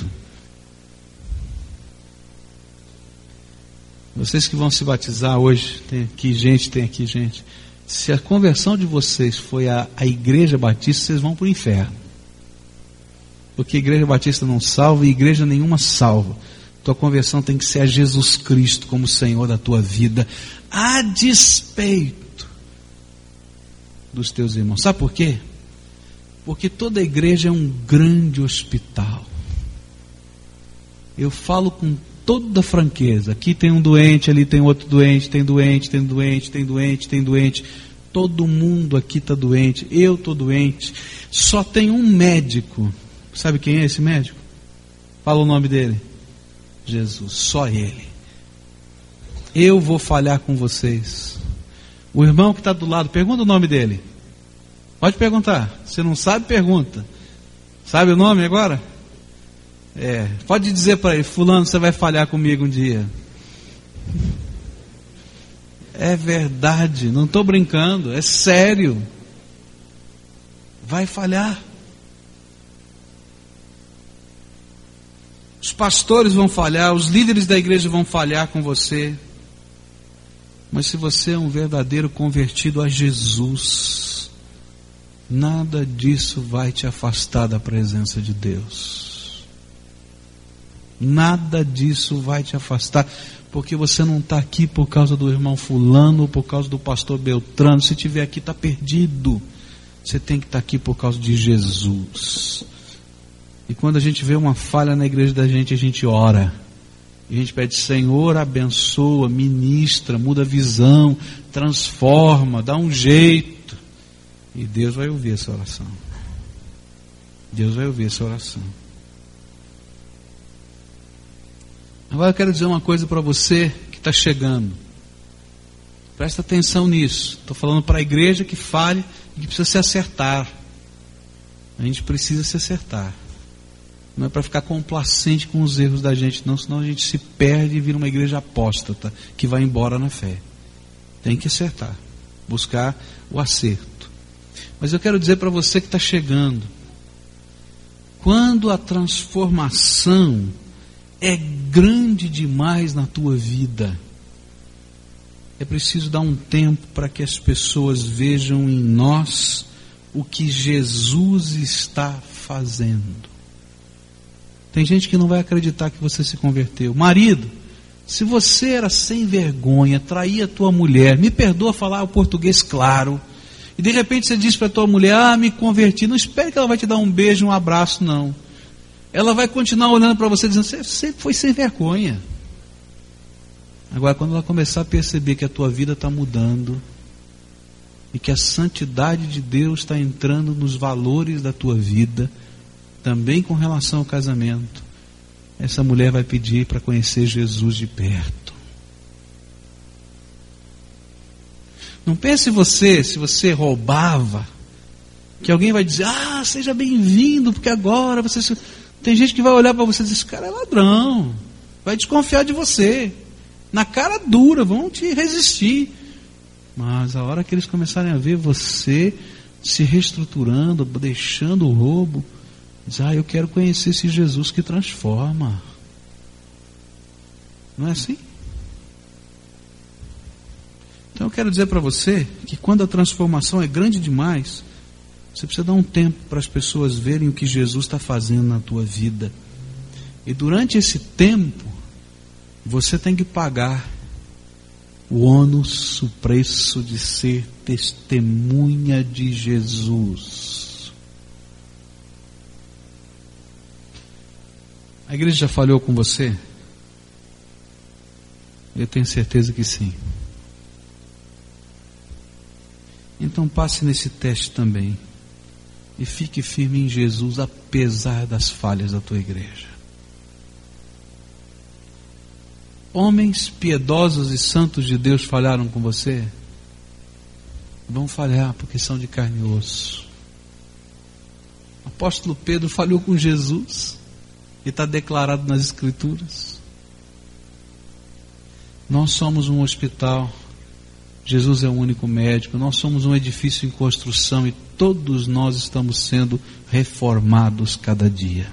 Vocês que vão se batizar hoje, tem aqui gente, tem aqui gente. Se a conversão de vocês foi a, a igreja batista, vocês vão para o inferno. Porque Igreja Batista não salva e igreja nenhuma salva. Tua conversão tem que ser a Jesus Cristo como Senhor da tua vida, a despeito dos teus irmãos. Sabe por quê? Porque toda igreja é um grande hospital. Eu falo com toda franqueza. Aqui tem um doente, ali tem outro doente, tem doente, tem doente, tem doente, tem doente. Todo mundo aqui está doente. Eu estou doente. Só tem um médico. Sabe quem é esse médico? Fala o nome dele. Jesus. Só Ele. Eu vou falhar com vocês. O irmão que está do lado, pergunta o nome dele. Pode perguntar. Se não sabe, pergunta. Sabe o nome agora? É. Pode dizer para ele: fulano, você vai falhar comigo um dia. É verdade, não estou brincando, é sério. Vai falhar. Os pastores vão falhar, os líderes da igreja vão falhar com você. Mas se você é um verdadeiro convertido a Jesus, nada disso vai te afastar da presença de Deus. Nada disso vai te afastar, porque você não está aqui por causa do irmão fulano ou por causa do pastor Beltrano. Se estiver aqui, está perdido. Você tem que estar aqui por causa de Jesus. E quando a gente vê uma falha na igreja da gente, a gente ora. E a gente pede: Senhor, abençoa, ministra, muda a visão, transforma, dá um jeito. E Deus vai ouvir essa oração. Deus vai ouvir essa oração. Agora eu quero dizer uma coisa para você que está chegando. Presta atenção nisso. Estou falando para a igreja que falha e que precisa se acertar. A gente precisa se acertar. Não é para ficar complacente com os erros da gente, não, senão a gente se perde e vira uma igreja apóstata, que vai embora na fé. Tem que acertar, buscar o acerto. Mas eu quero dizer para você que está chegando, quando a transformação é grande demais na tua vida, é preciso dar um tempo para que as pessoas vejam em nós o que Jesus está fazendo. Tem gente que não vai acreditar que você se converteu. Marido, se você era sem vergonha, traía a tua mulher, me perdoa falar o português claro, e de repente você diz para a tua mulher: ah, me converti. Não espere que ela vai te dar um beijo, um abraço, não. Ela vai continuar olhando para você dizendo: você sempre foi sem vergonha. Agora, quando ela começar a perceber que a tua vida está mudando, e que a santidade de Deus está entrando nos valores da tua vida, também com relação ao casamento, essa mulher vai pedir para conhecer Jesus de perto. Não pense você, se você roubava, que alguém vai dizer: ah, seja bem-vindo, porque agora você... Tem gente que vai olhar para você e dizer: esse cara é ladrão, vai desconfiar de você, na cara dura, vão te resistir. Mas a hora que eles começarem a ver você se reestruturando, deixando o roubo, diz: ah, eu quero conhecer esse Jesus que transforma. Não é assim? Então eu quero dizer para você que quando a transformação é grande demais, você precisa dar um tempo para as pessoas verem o que Jesus está fazendo na tua vida. E durante esse tempo, você tem que pagar o ônus, o preço de ser testemunha de Jesus. A igreja já falhou com você? Eu tenho certeza que sim. Então passe nesse teste também. E fique firme em Jesus, apesar das falhas da tua igreja. Homens piedosos e santos de Deus falharam com você? Vão falhar, porque são de carne e osso. O apóstolo Pedro falhou com Jesus, e está declarado nas Escrituras. Nós somos um hospital, Jesus é o único médico, nós somos um edifício em construção, e todos nós estamos sendo reformados cada dia.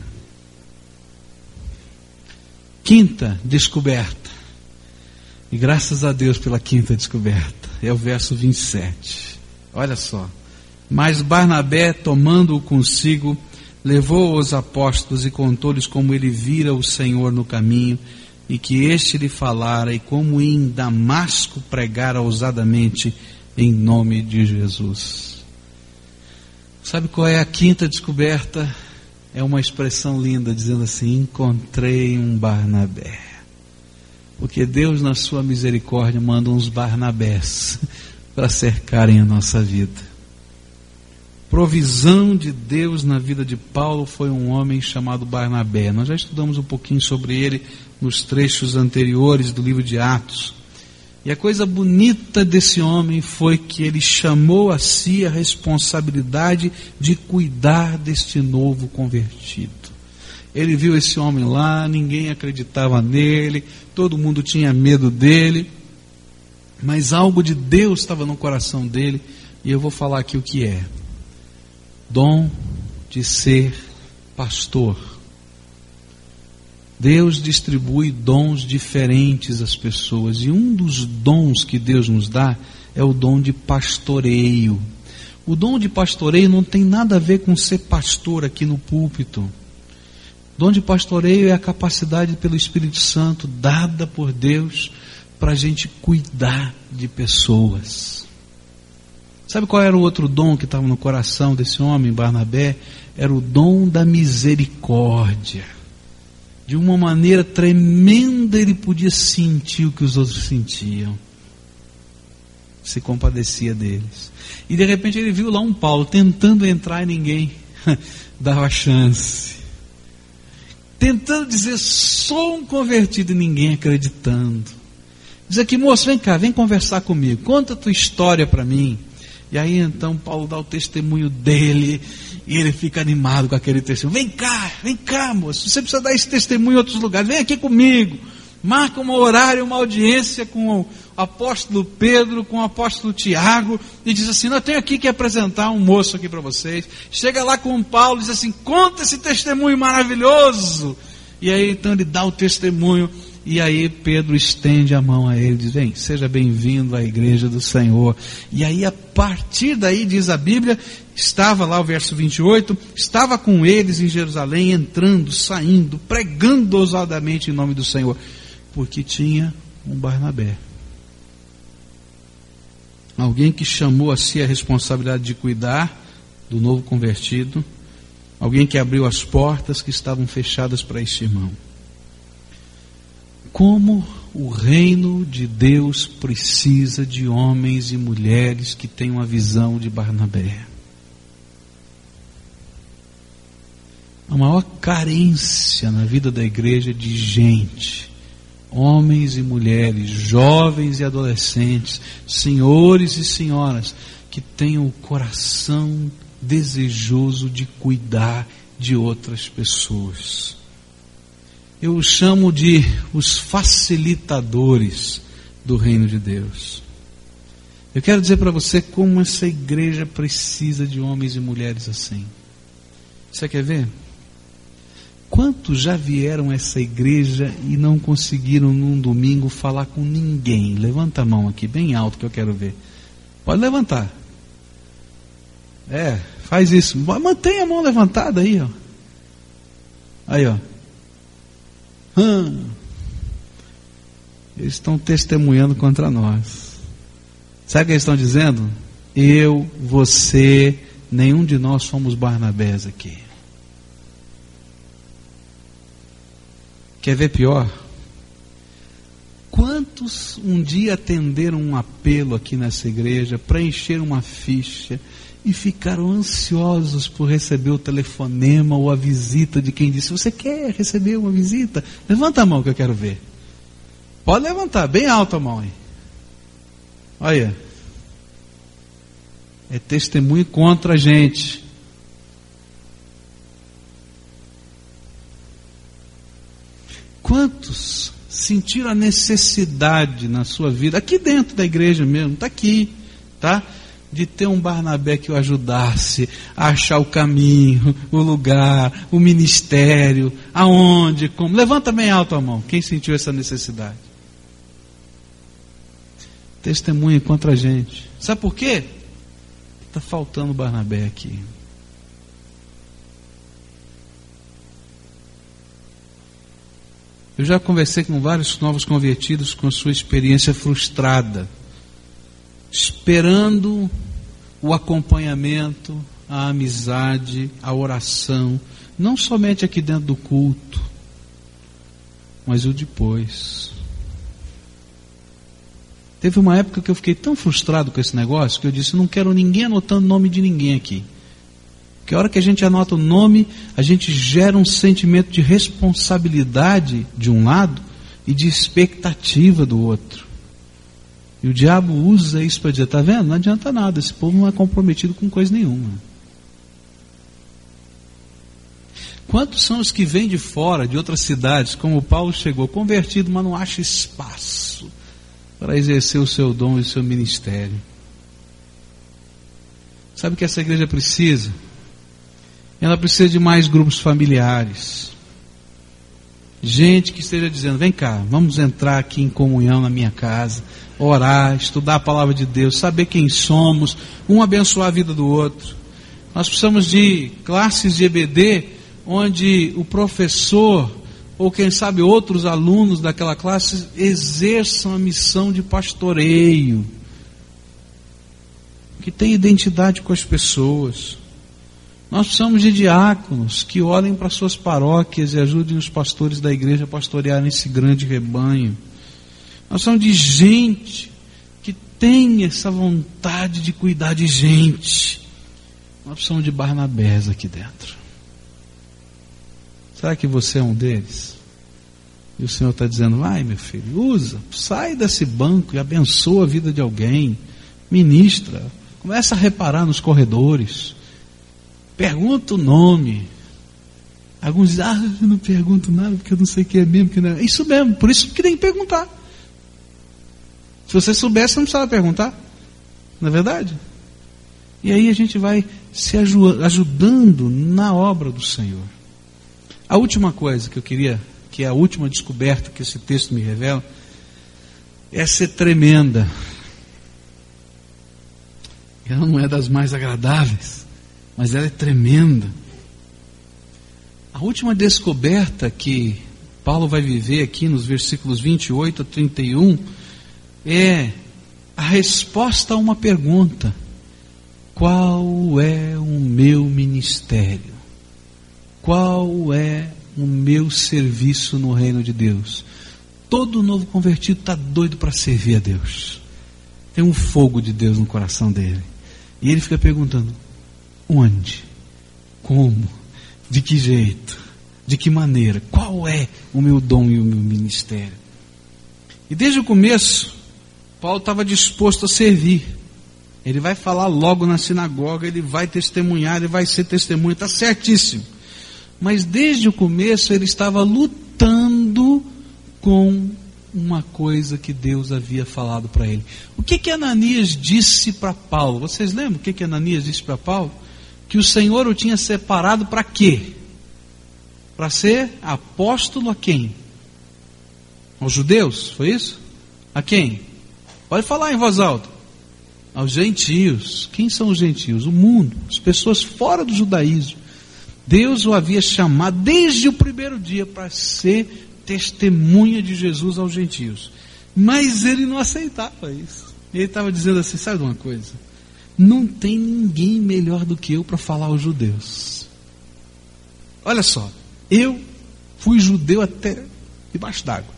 Quinta descoberta, e graças a Deus pela quinta descoberta, é o verso vinte e sete. Olha só: mas Barnabé, tomando-o consigo, levou os apóstolos e contou-lhes como ele vira o Senhor no caminho, e que este lhe falara, e como em Damasco pregara ousadamente em nome de Jesus. Sabe qual é a quinta descoberta? É uma expressão linda, dizendo assim: encontrei um Barnabé. Porque Deus, na sua misericórdia, manda uns Barnabés para cercarem a nossa vida. Provisão de Deus na vida de Paulo foi um homem chamado Barnabé. Nós já estudamos um pouquinho sobre ele nos trechos anteriores do livro de Atos. E a coisa bonita desse homem foi que ele chamou a si a responsabilidade de cuidar deste novo convertido. Ele viu esse homem lá, ninguém acreditava nele, todo mundo tinha medo dele, mas algo de Deus estava no coração dele, e eu vou falar aqui o que é: dom de ser pastor. Deus distribui dons diferentes às pessoas, e um dos dons que Deus nos dá é o dom de pastoreio. O dom de pastoreio não tem nada a ver com ser pastor aqui no púlpito. O dom de pastoreio é a capacidade pelo Espírito Santo dada por Deus para a gente cuidar de pessoas. Sabe qual era o outro dom que estava no coração desse homem, Barnabé? Era o dom da misericórdia. De uma maneira tremenda ele podia sentir o que os outros sentiam. Se compadecia deles. E de repente ele viu lá um Paulo tentando entrar e ninguém dava chance. Tentando dizer, sou um convertido, e ninguém acreditando. Diz aqui, moço, vem cá, vem conversar comigo, conta a tua história para mim. E aí então Paulo dá o testemunho dele, e ele fica animado com aquele testemunho. Vem cá, vem cá, moço, você precisa dar esse testemunho em outros lugares, vem aqui comigo. Marca um horário, uma audiência com o apóstolo Pedro, com o apóstolo Tiago, e diz assim, eu tenho aqui que apresentar um moço aqui para vocês. Chega lá com o Paulo e diz assim, conta esse testemunho maravilhoso. E aí então ele dá o testemunho, e aí Pedro estende a mão a ele, diz, vem, seja bem-vindo à igreja do Senhor. E aí a partir daí, diz a Bíblia, estava lá o verso vinte e oito, estava com eles em Jerusalém, entrando, saindo, pregando ousadamente em nome do Senhor, porque tinha um Barnabé. Alguém que chamou a si a responsabilidade de cuidar do novo convertido, alguém que abriu as portas que estavam fechadas para este irmão. Como o reino de Deus precisa de homens e mulheres que tenham a visão de Barnabé. A maior carência na vida da igreja é de gente, homens e mulheres, jovens e adolescentes, senhores e senhoras, que tenham o coração desejoso de cuidar de outras pessoas. Eu os chamo de os facilitadores do reino de Deus. Eu quero dizer para você como essa igreja precisa de homens e mulheres assim. Você quer ver? Quantos já vieram a essa igreja e não conseguiram num domingo falar com ninguém? Levanta a mão aqui, bem alto que eu quero ver. Pode levantar. É, faz isso. Mantenha a mão levantada aí, ó. Aí, ó. Hum. Eles estão testemunhando contra nós. Sabe o que eles estão dizendo? Eu, você, nenhum de nós somos Barnabés aqui. Quer ver pior? Quantos um dia atenderam um apelo aqui nessa igreja, preencheram uma ficha e ficaram ansiosos por receber o telefonema ou a visita de quem disse, você quer receber uma visita? Levanta a mão que eu quero ver. Pode levantar, bem alta a mão aí. Olha. É testemunho contra a gente. Quantos sentiram a necessidade na sua vida, aqui dentro da igreja mesmo, está aqui, tá? De ter um Barnabé que o ajudasse a achar o caminho, o lugar, o ministério, aonde, como. Levanta bem alto a mão, quem sentiu essa necessidade? Testemunha contra a gente. Sabe por quê? Está faltando Barnabé aqui. Eu já conversei com vários novos convertidos com a sua experiência frustrada, esperando o acompanhamento, a amizade, a oração, não somente aqui dentro do culto, mas o depois. Teve uma época que eu fiquei tão frustrado com esse negócio que eu disse, não quero ninguém anotando o nome de ninguém aqui. Porque a hora que a gente anota o nome, a gente gera um sentimento de responsabilidade de um lado e de expectativa do outro. E o diabo usa isso para dizer, tá vendo? Não adianta nada, esse povo não é comprometido com coisa nenhuma. Quantos são os que vêm de fora, de outras cidades, como o Paulo chegou, convertido, mas não acha espaço para exercer o seu dom e o seu ministério? Sabe o que essa igreja precisa? Ela precisa de mais grupos familiares. Gente que esteja dizendo, vem cá, vamos entrar aqui em comunhão na minha casa, orar, estudar a palavra de Deus, saber quem somos, um abençoar a vida do outro. Nós precisamos de classes de E B D, onde o professor, ou quem sabe outros alunos daquela classe, exerçam a missão de pastoreio, que tem identidade com as pessoas. Nós precisamos de diáconos que olhem para suas paróquias e ajudem os pastores da igreja a pastorearem esse grande rebanho. Nós precisamos de gente que tem essa vontade de cuidar de gente. Nós precisamos de Barnabés aqui dentro. Será que você é um deles? E o Senhor está dizendo, vai meu filho, usa, sai desse banco e abençoa a vida de alguém, ministra, começa a reparar nos corredores, pergunta o nome. Alguns dizem, ah, eu não pergunto nada porque eu não sei quem é mesmo, que não é. Isso mesmo, por isso que tem que perguntar. Se você soubesse, você não precisava perguntar, não é verdade? E aí a gente vai se ajudando na obra do Senhor. A última coisa que eu queria, que é a última descoberta que esse texto me revela, é ser tremenda. Ela não é das mais agradáveis, mas ela é tremenda. A última descoberta que Paulo vai viver aqui nos versículos vinte e oito a trinta e um é a resposta a uma pergunta: qual é o meu ministério? Qual é o meu serviço no reino de Deus? Todo novo convertido está doido para servir a Deus. Tem um fogo de Deus no coração dele. E ele fica perguntando, onde? Como? De que jeito? De que maneira? Qual é o meu dom e o meu ministério? E desde o começo, Paulo estava disposto a servir. Ele vai falar logo na sinagoga, ele vai testemunhar, ele vai ser testemunha, está certíssimo. Mas desde o começo ele estava lutando com uma coisa que Deus havia falado para ele. O que que Ananias disse para Paulo? Vocês lembram o que que Ananias disse para Paulo? Que o Senhor o tinha separado para quê? Para ser apóstolo a quem? Aos judeus, foi isso? A quem? Pode falar em voz alta. Aos gentios. Quem são os gentios? O mundo, as pessoas fora do judaísmo. Deus o havia chamado desde o primeiro dia para ser testemunha de Jesus aos gentios. Mas ele não aceitava isso. Ele estava dizendo assim, sabe de uma coisa? Não tem ninguém melhor do que eu para falar aos judeus. Olha só, eu fui judeu até debaixo d'água.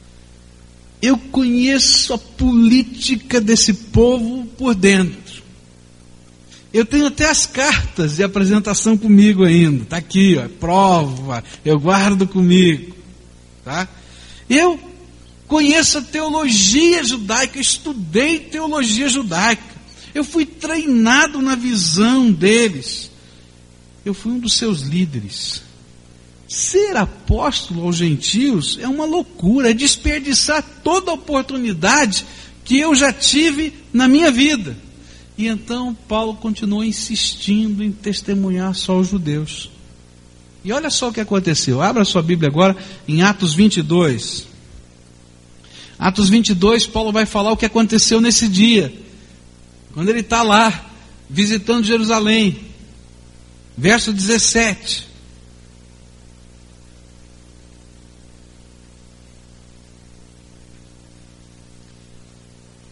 Eu conheço a política desse povo por dentro. Eu tenho até as cartas de apresentação comigo ainda. Está aqui, ó, prova, eu guardo comigo. Tá? Eu conheço a teologia judaica, estudei teologia judaica. Eu fui treinado na visão deles. Eu fui um dos seus líderes. Ser apóstolo aos gentios é uma loucura, é desperdiçar toda a oportunidade que eu já tive na minha vida. E então Paulo continuou insistindo em testemunhar só aos judeus. E olha só o que aconteceu. Abra sua Bíblia agora em Atos vinte e dois. Atos vinte e dois, Paulo vai falar o que aconteceu nesse dia. Quando ele está lá, visitando Jerusalém. Verso dezessete.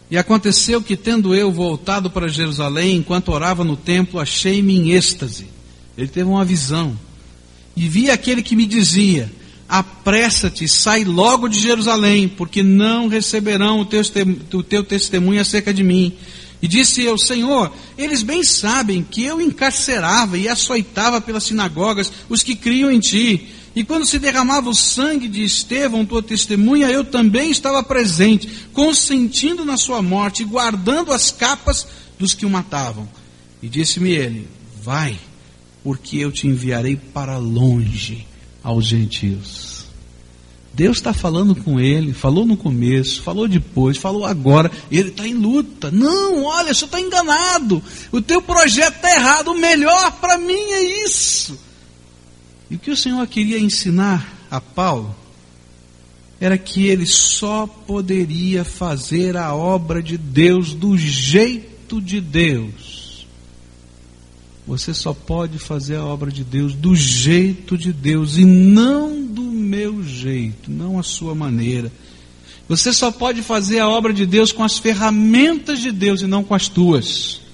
E aconteceu que, tendo eu voltado para Jerusalém, enquanto orava no templo, achei-me em êxtase. Ele teve uma visão. E vi aquele que me dizia: apressa-te, sai logo de Jerusalém, porque não receberão o teu, o teu testemunho acerca de mim. E disse eu: Senhor, eles bem sabem que eu encarcerava e açoitava pelas sinagogas os que criam em ti. E quando se derramava o sangue de Estevão, tua testemunha, eu também estava presente, consentindo na sua morte e guardando as capas dos que o matavam. E disse-me ele: vai, porque eu te enviarei para longe aos gentios. Deus está falando com ele, falou no começo, falou depois, falou agora. Ele está em luta. Não, olha, você está enganado. O teu projeto está errado. O melhor para mim é isso. E o que o Senhor queria ensinar a Paulo era que ele só poderia fazer a obra de Deus do jeito de Deus. Você só pode fazer a obra de Deus do jeito de Deus e não do meu jeito, não a sua maneira. Você só pode fazer a obra de Deus com as ferramentas de Deus e não com as tuas.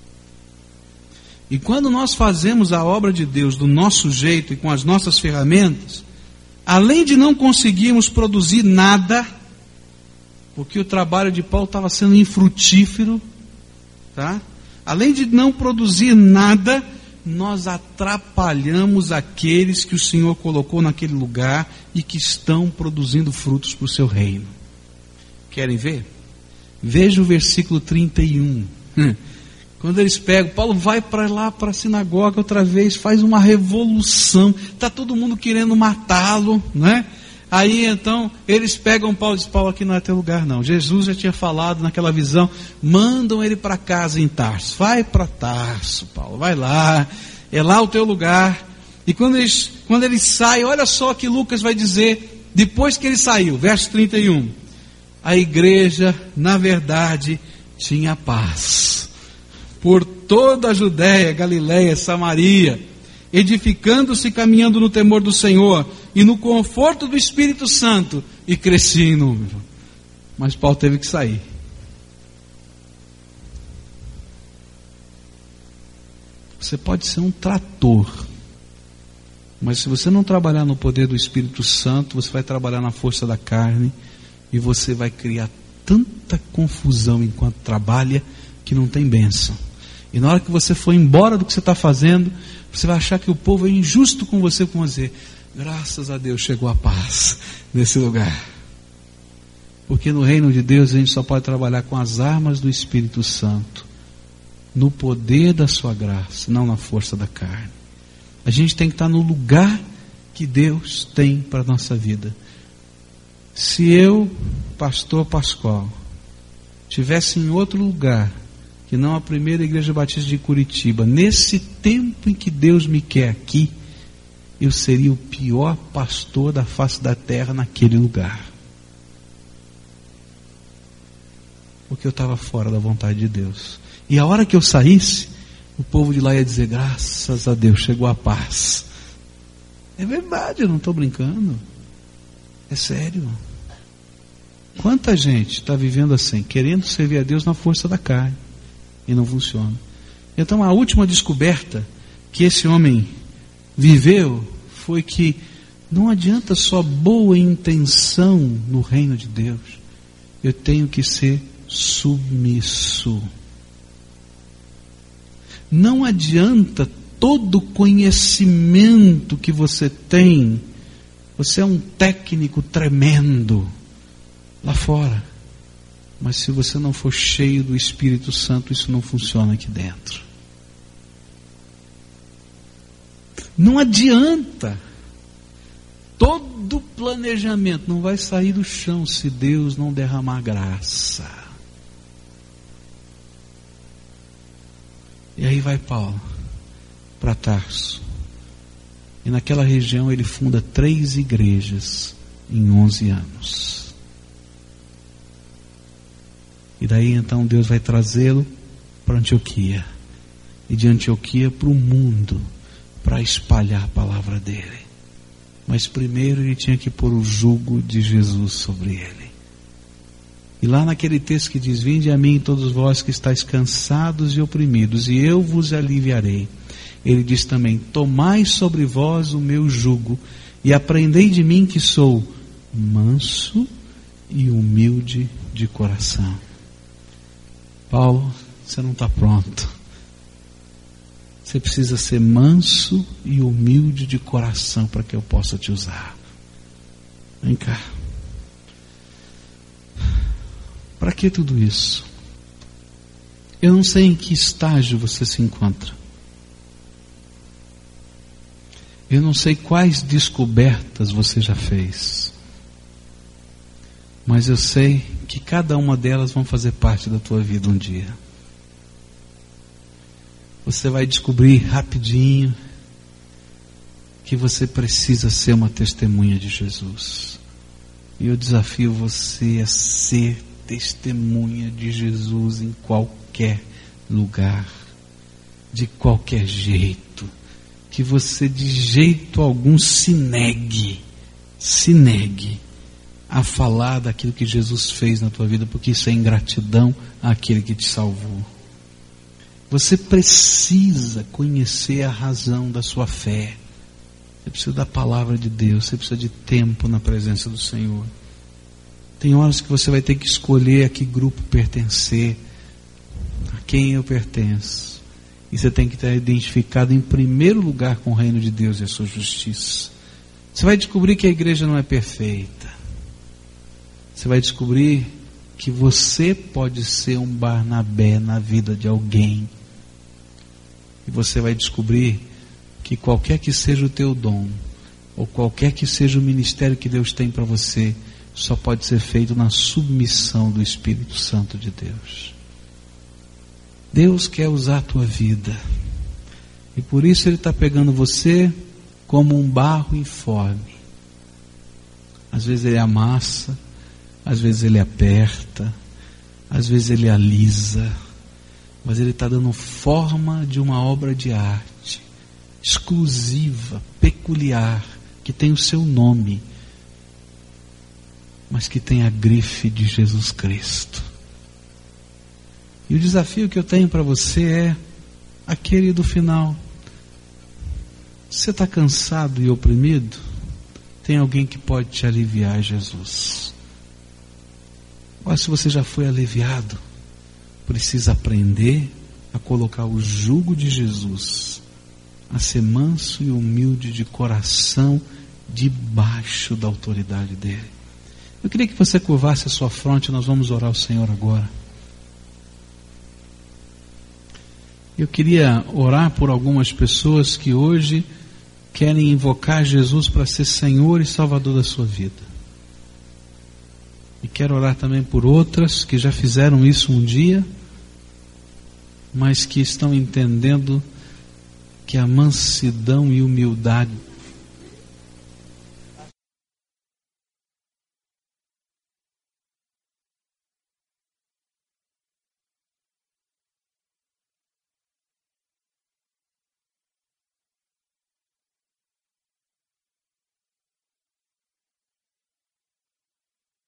E quando nós fazemos a obra de Deus do nosso jeito e com as nossas ferramentas, além de não conseguirmos produzir nada, porque o trabalho de Paulo estava sendo infrutífero, tá? Além de não produzir nada, nós atrapalhamos aqueles que o Senhor colocou naquele lugar e que estão produzindo frutos para o seu reino. Querem ver? Veja o versículo trinta e um. Quando eles pegam, Paulo vai para lá, para a sinagoga outra vez, faz uma revolução, está todo mundo querendo matá-lo, né? Aí então, eles pegam Paulo e dizem: Paulo, aqui não é teu lugar não. Jesus já tinha falado naquela visão, mandam ele para casa em Tarso. Vai para Tarso, Paulo, vai lá, é lá o teu lugar. E quando eles, quando eles saem, olha só o que Lucas vai dizer, depois que ele saiu, verso trinta e um. A igreja, na verdade, tinha paz por toda a Judéia, Galiléia, Samaria, edificando-se e caminhando no temor do Senhor e no conforto do Espírito Santo, e crescia em número. Mas Paulo teve que sair. Você pode ser um trator, mas se você não trabalhar no poder do Espírito Santo, você vai trabalhar na força da carne, e você vai criar tanta confusão enquanto trabalha, que não tem bênção. E na hora que você for embora do que você está fazendo, você vai achar que o povo é injusto com você, com você. Graças a Deus chegou a paz nesse lugar. Porque no reino de Deus a gente só pode trabalhar com as armas do Espírito Santo, no poder da sua graça, não na força da carne. A gente tem que estar no lugar que Deus tem para a nossa vida. Se eu, pastor Pascoal, estivesse em outro lugar que não a primeira igreja batista de Curitiba, nesse tempo em que Deus me quer aqui, eu seria o pior pastor da face da terra naquele lugar. Porque eu estava fora da vontade de Deus. E a hora que eu saísse, o povo de lá ia dizer: graças a Deus, chegou a paz. É verdade, eu não estou brincando. É sério. Quanta gente está vivendo assim, querendo servir a Deus na força da carne, e não funciona. Então a última descoberta que esse homem viveu foi que não adianta só boa intenção no reino de Deus. Eu tenho que ser submisso. Não adianta todo conhecimento que você tem. Você é um técnico tremendo lá fora, mas se você não for cheio do Espírito Santo, isso não funciona aqui dentro. Não adianta. Todo planejamento não vai sair do chão se Deus não derramar graça. E aí vai Paulo para Tarso. E naquela região ele funda três igrejas em onze anos. E daí então Deus vai trazê-lo para Antioquia. E de Antioquia para o mundo, para espalhar a palavra dele. Mas primeiro ele tinha que pôr o jugo de Jesus sobre ele. E lá naquele texto que diz: vinde a mim todos vós que estáis cansados e oprimidos, e eu vos aliviarei. Ele diz também: tomai sobre vós o meu jugo, e aprendei de mim que sou manso e humilde de coração. Paulo, você não está pronto. Você precisa ser manso e humilde de coração para que eu possa te usar. Vem cá. Para que tudo isso? Eu não sei em que estágio você se encontra. Eu não sei quais descobertas você já fez. Mas eu sei que cada uma delas vão fazer parte da tua vida um dia. Você vai descobrir rapidinho que você precisa ser uma testemunha de Jesus. E eu desafio você a ser testemunha de Jesus em qualquer lugar, de qualquer jeito, que você de jeito algum se negue, se negue a falar daquilo que Jesus fez na tua vida, porque isso é ingratidão àquele que te salvou. Você precisa conhecer a razão da sua fé. Você precisa da palavra de Deus, você precisa de tempo na presença do Senhor. Tem horas que você vai ter que escolher a que grupo pertencer, a quem eu pertenço. E você tem que estar identificado em primeiro lugar com o reino de Deus e a sua justiça. Você vai descobrir que a igreja não é perfeita. Você vai descobrir que você pode ser um Barnabé na vida de alguém. E você vai descobrir que qualquer que seja o teu dom, ou qualquer que seja o ministério que Deus tem para você, só pode ser feito na submissão do Espírito Santo de Deus. Deus quer usar a tua vida. E por isso Ele está pegando você como um barro informe. Às vezes Ele amassa, às vezes Ele aperta, às vezes Ele alisa, mas Ele está dando forma de uma obra de arte, exclusiva, peculiar, que tem o seu nome, mas que tem a grife de Jesus Cristo. E o desafio que eu tenho para você é aquele do final. Você está cansado e oprimido? Tem alguém que pode te aliviar, Jesus. Agora, se você já foi aliviado, precisa aprender a colocar o jugo de Jesus, a ser manso e humilde de coração, debaixo da autoridade dele. Eu queria que você curvasse a sua fronte. Nós vamos orar ao Senhor agora. Eu queria orar por algumas pessoas que hoje querem invocar Jesus para ser Senhor e Salvador da sua vida. E quero orar também por outras que já fizeram isso um dia, mas que estão entendendo que a mansidão e humildade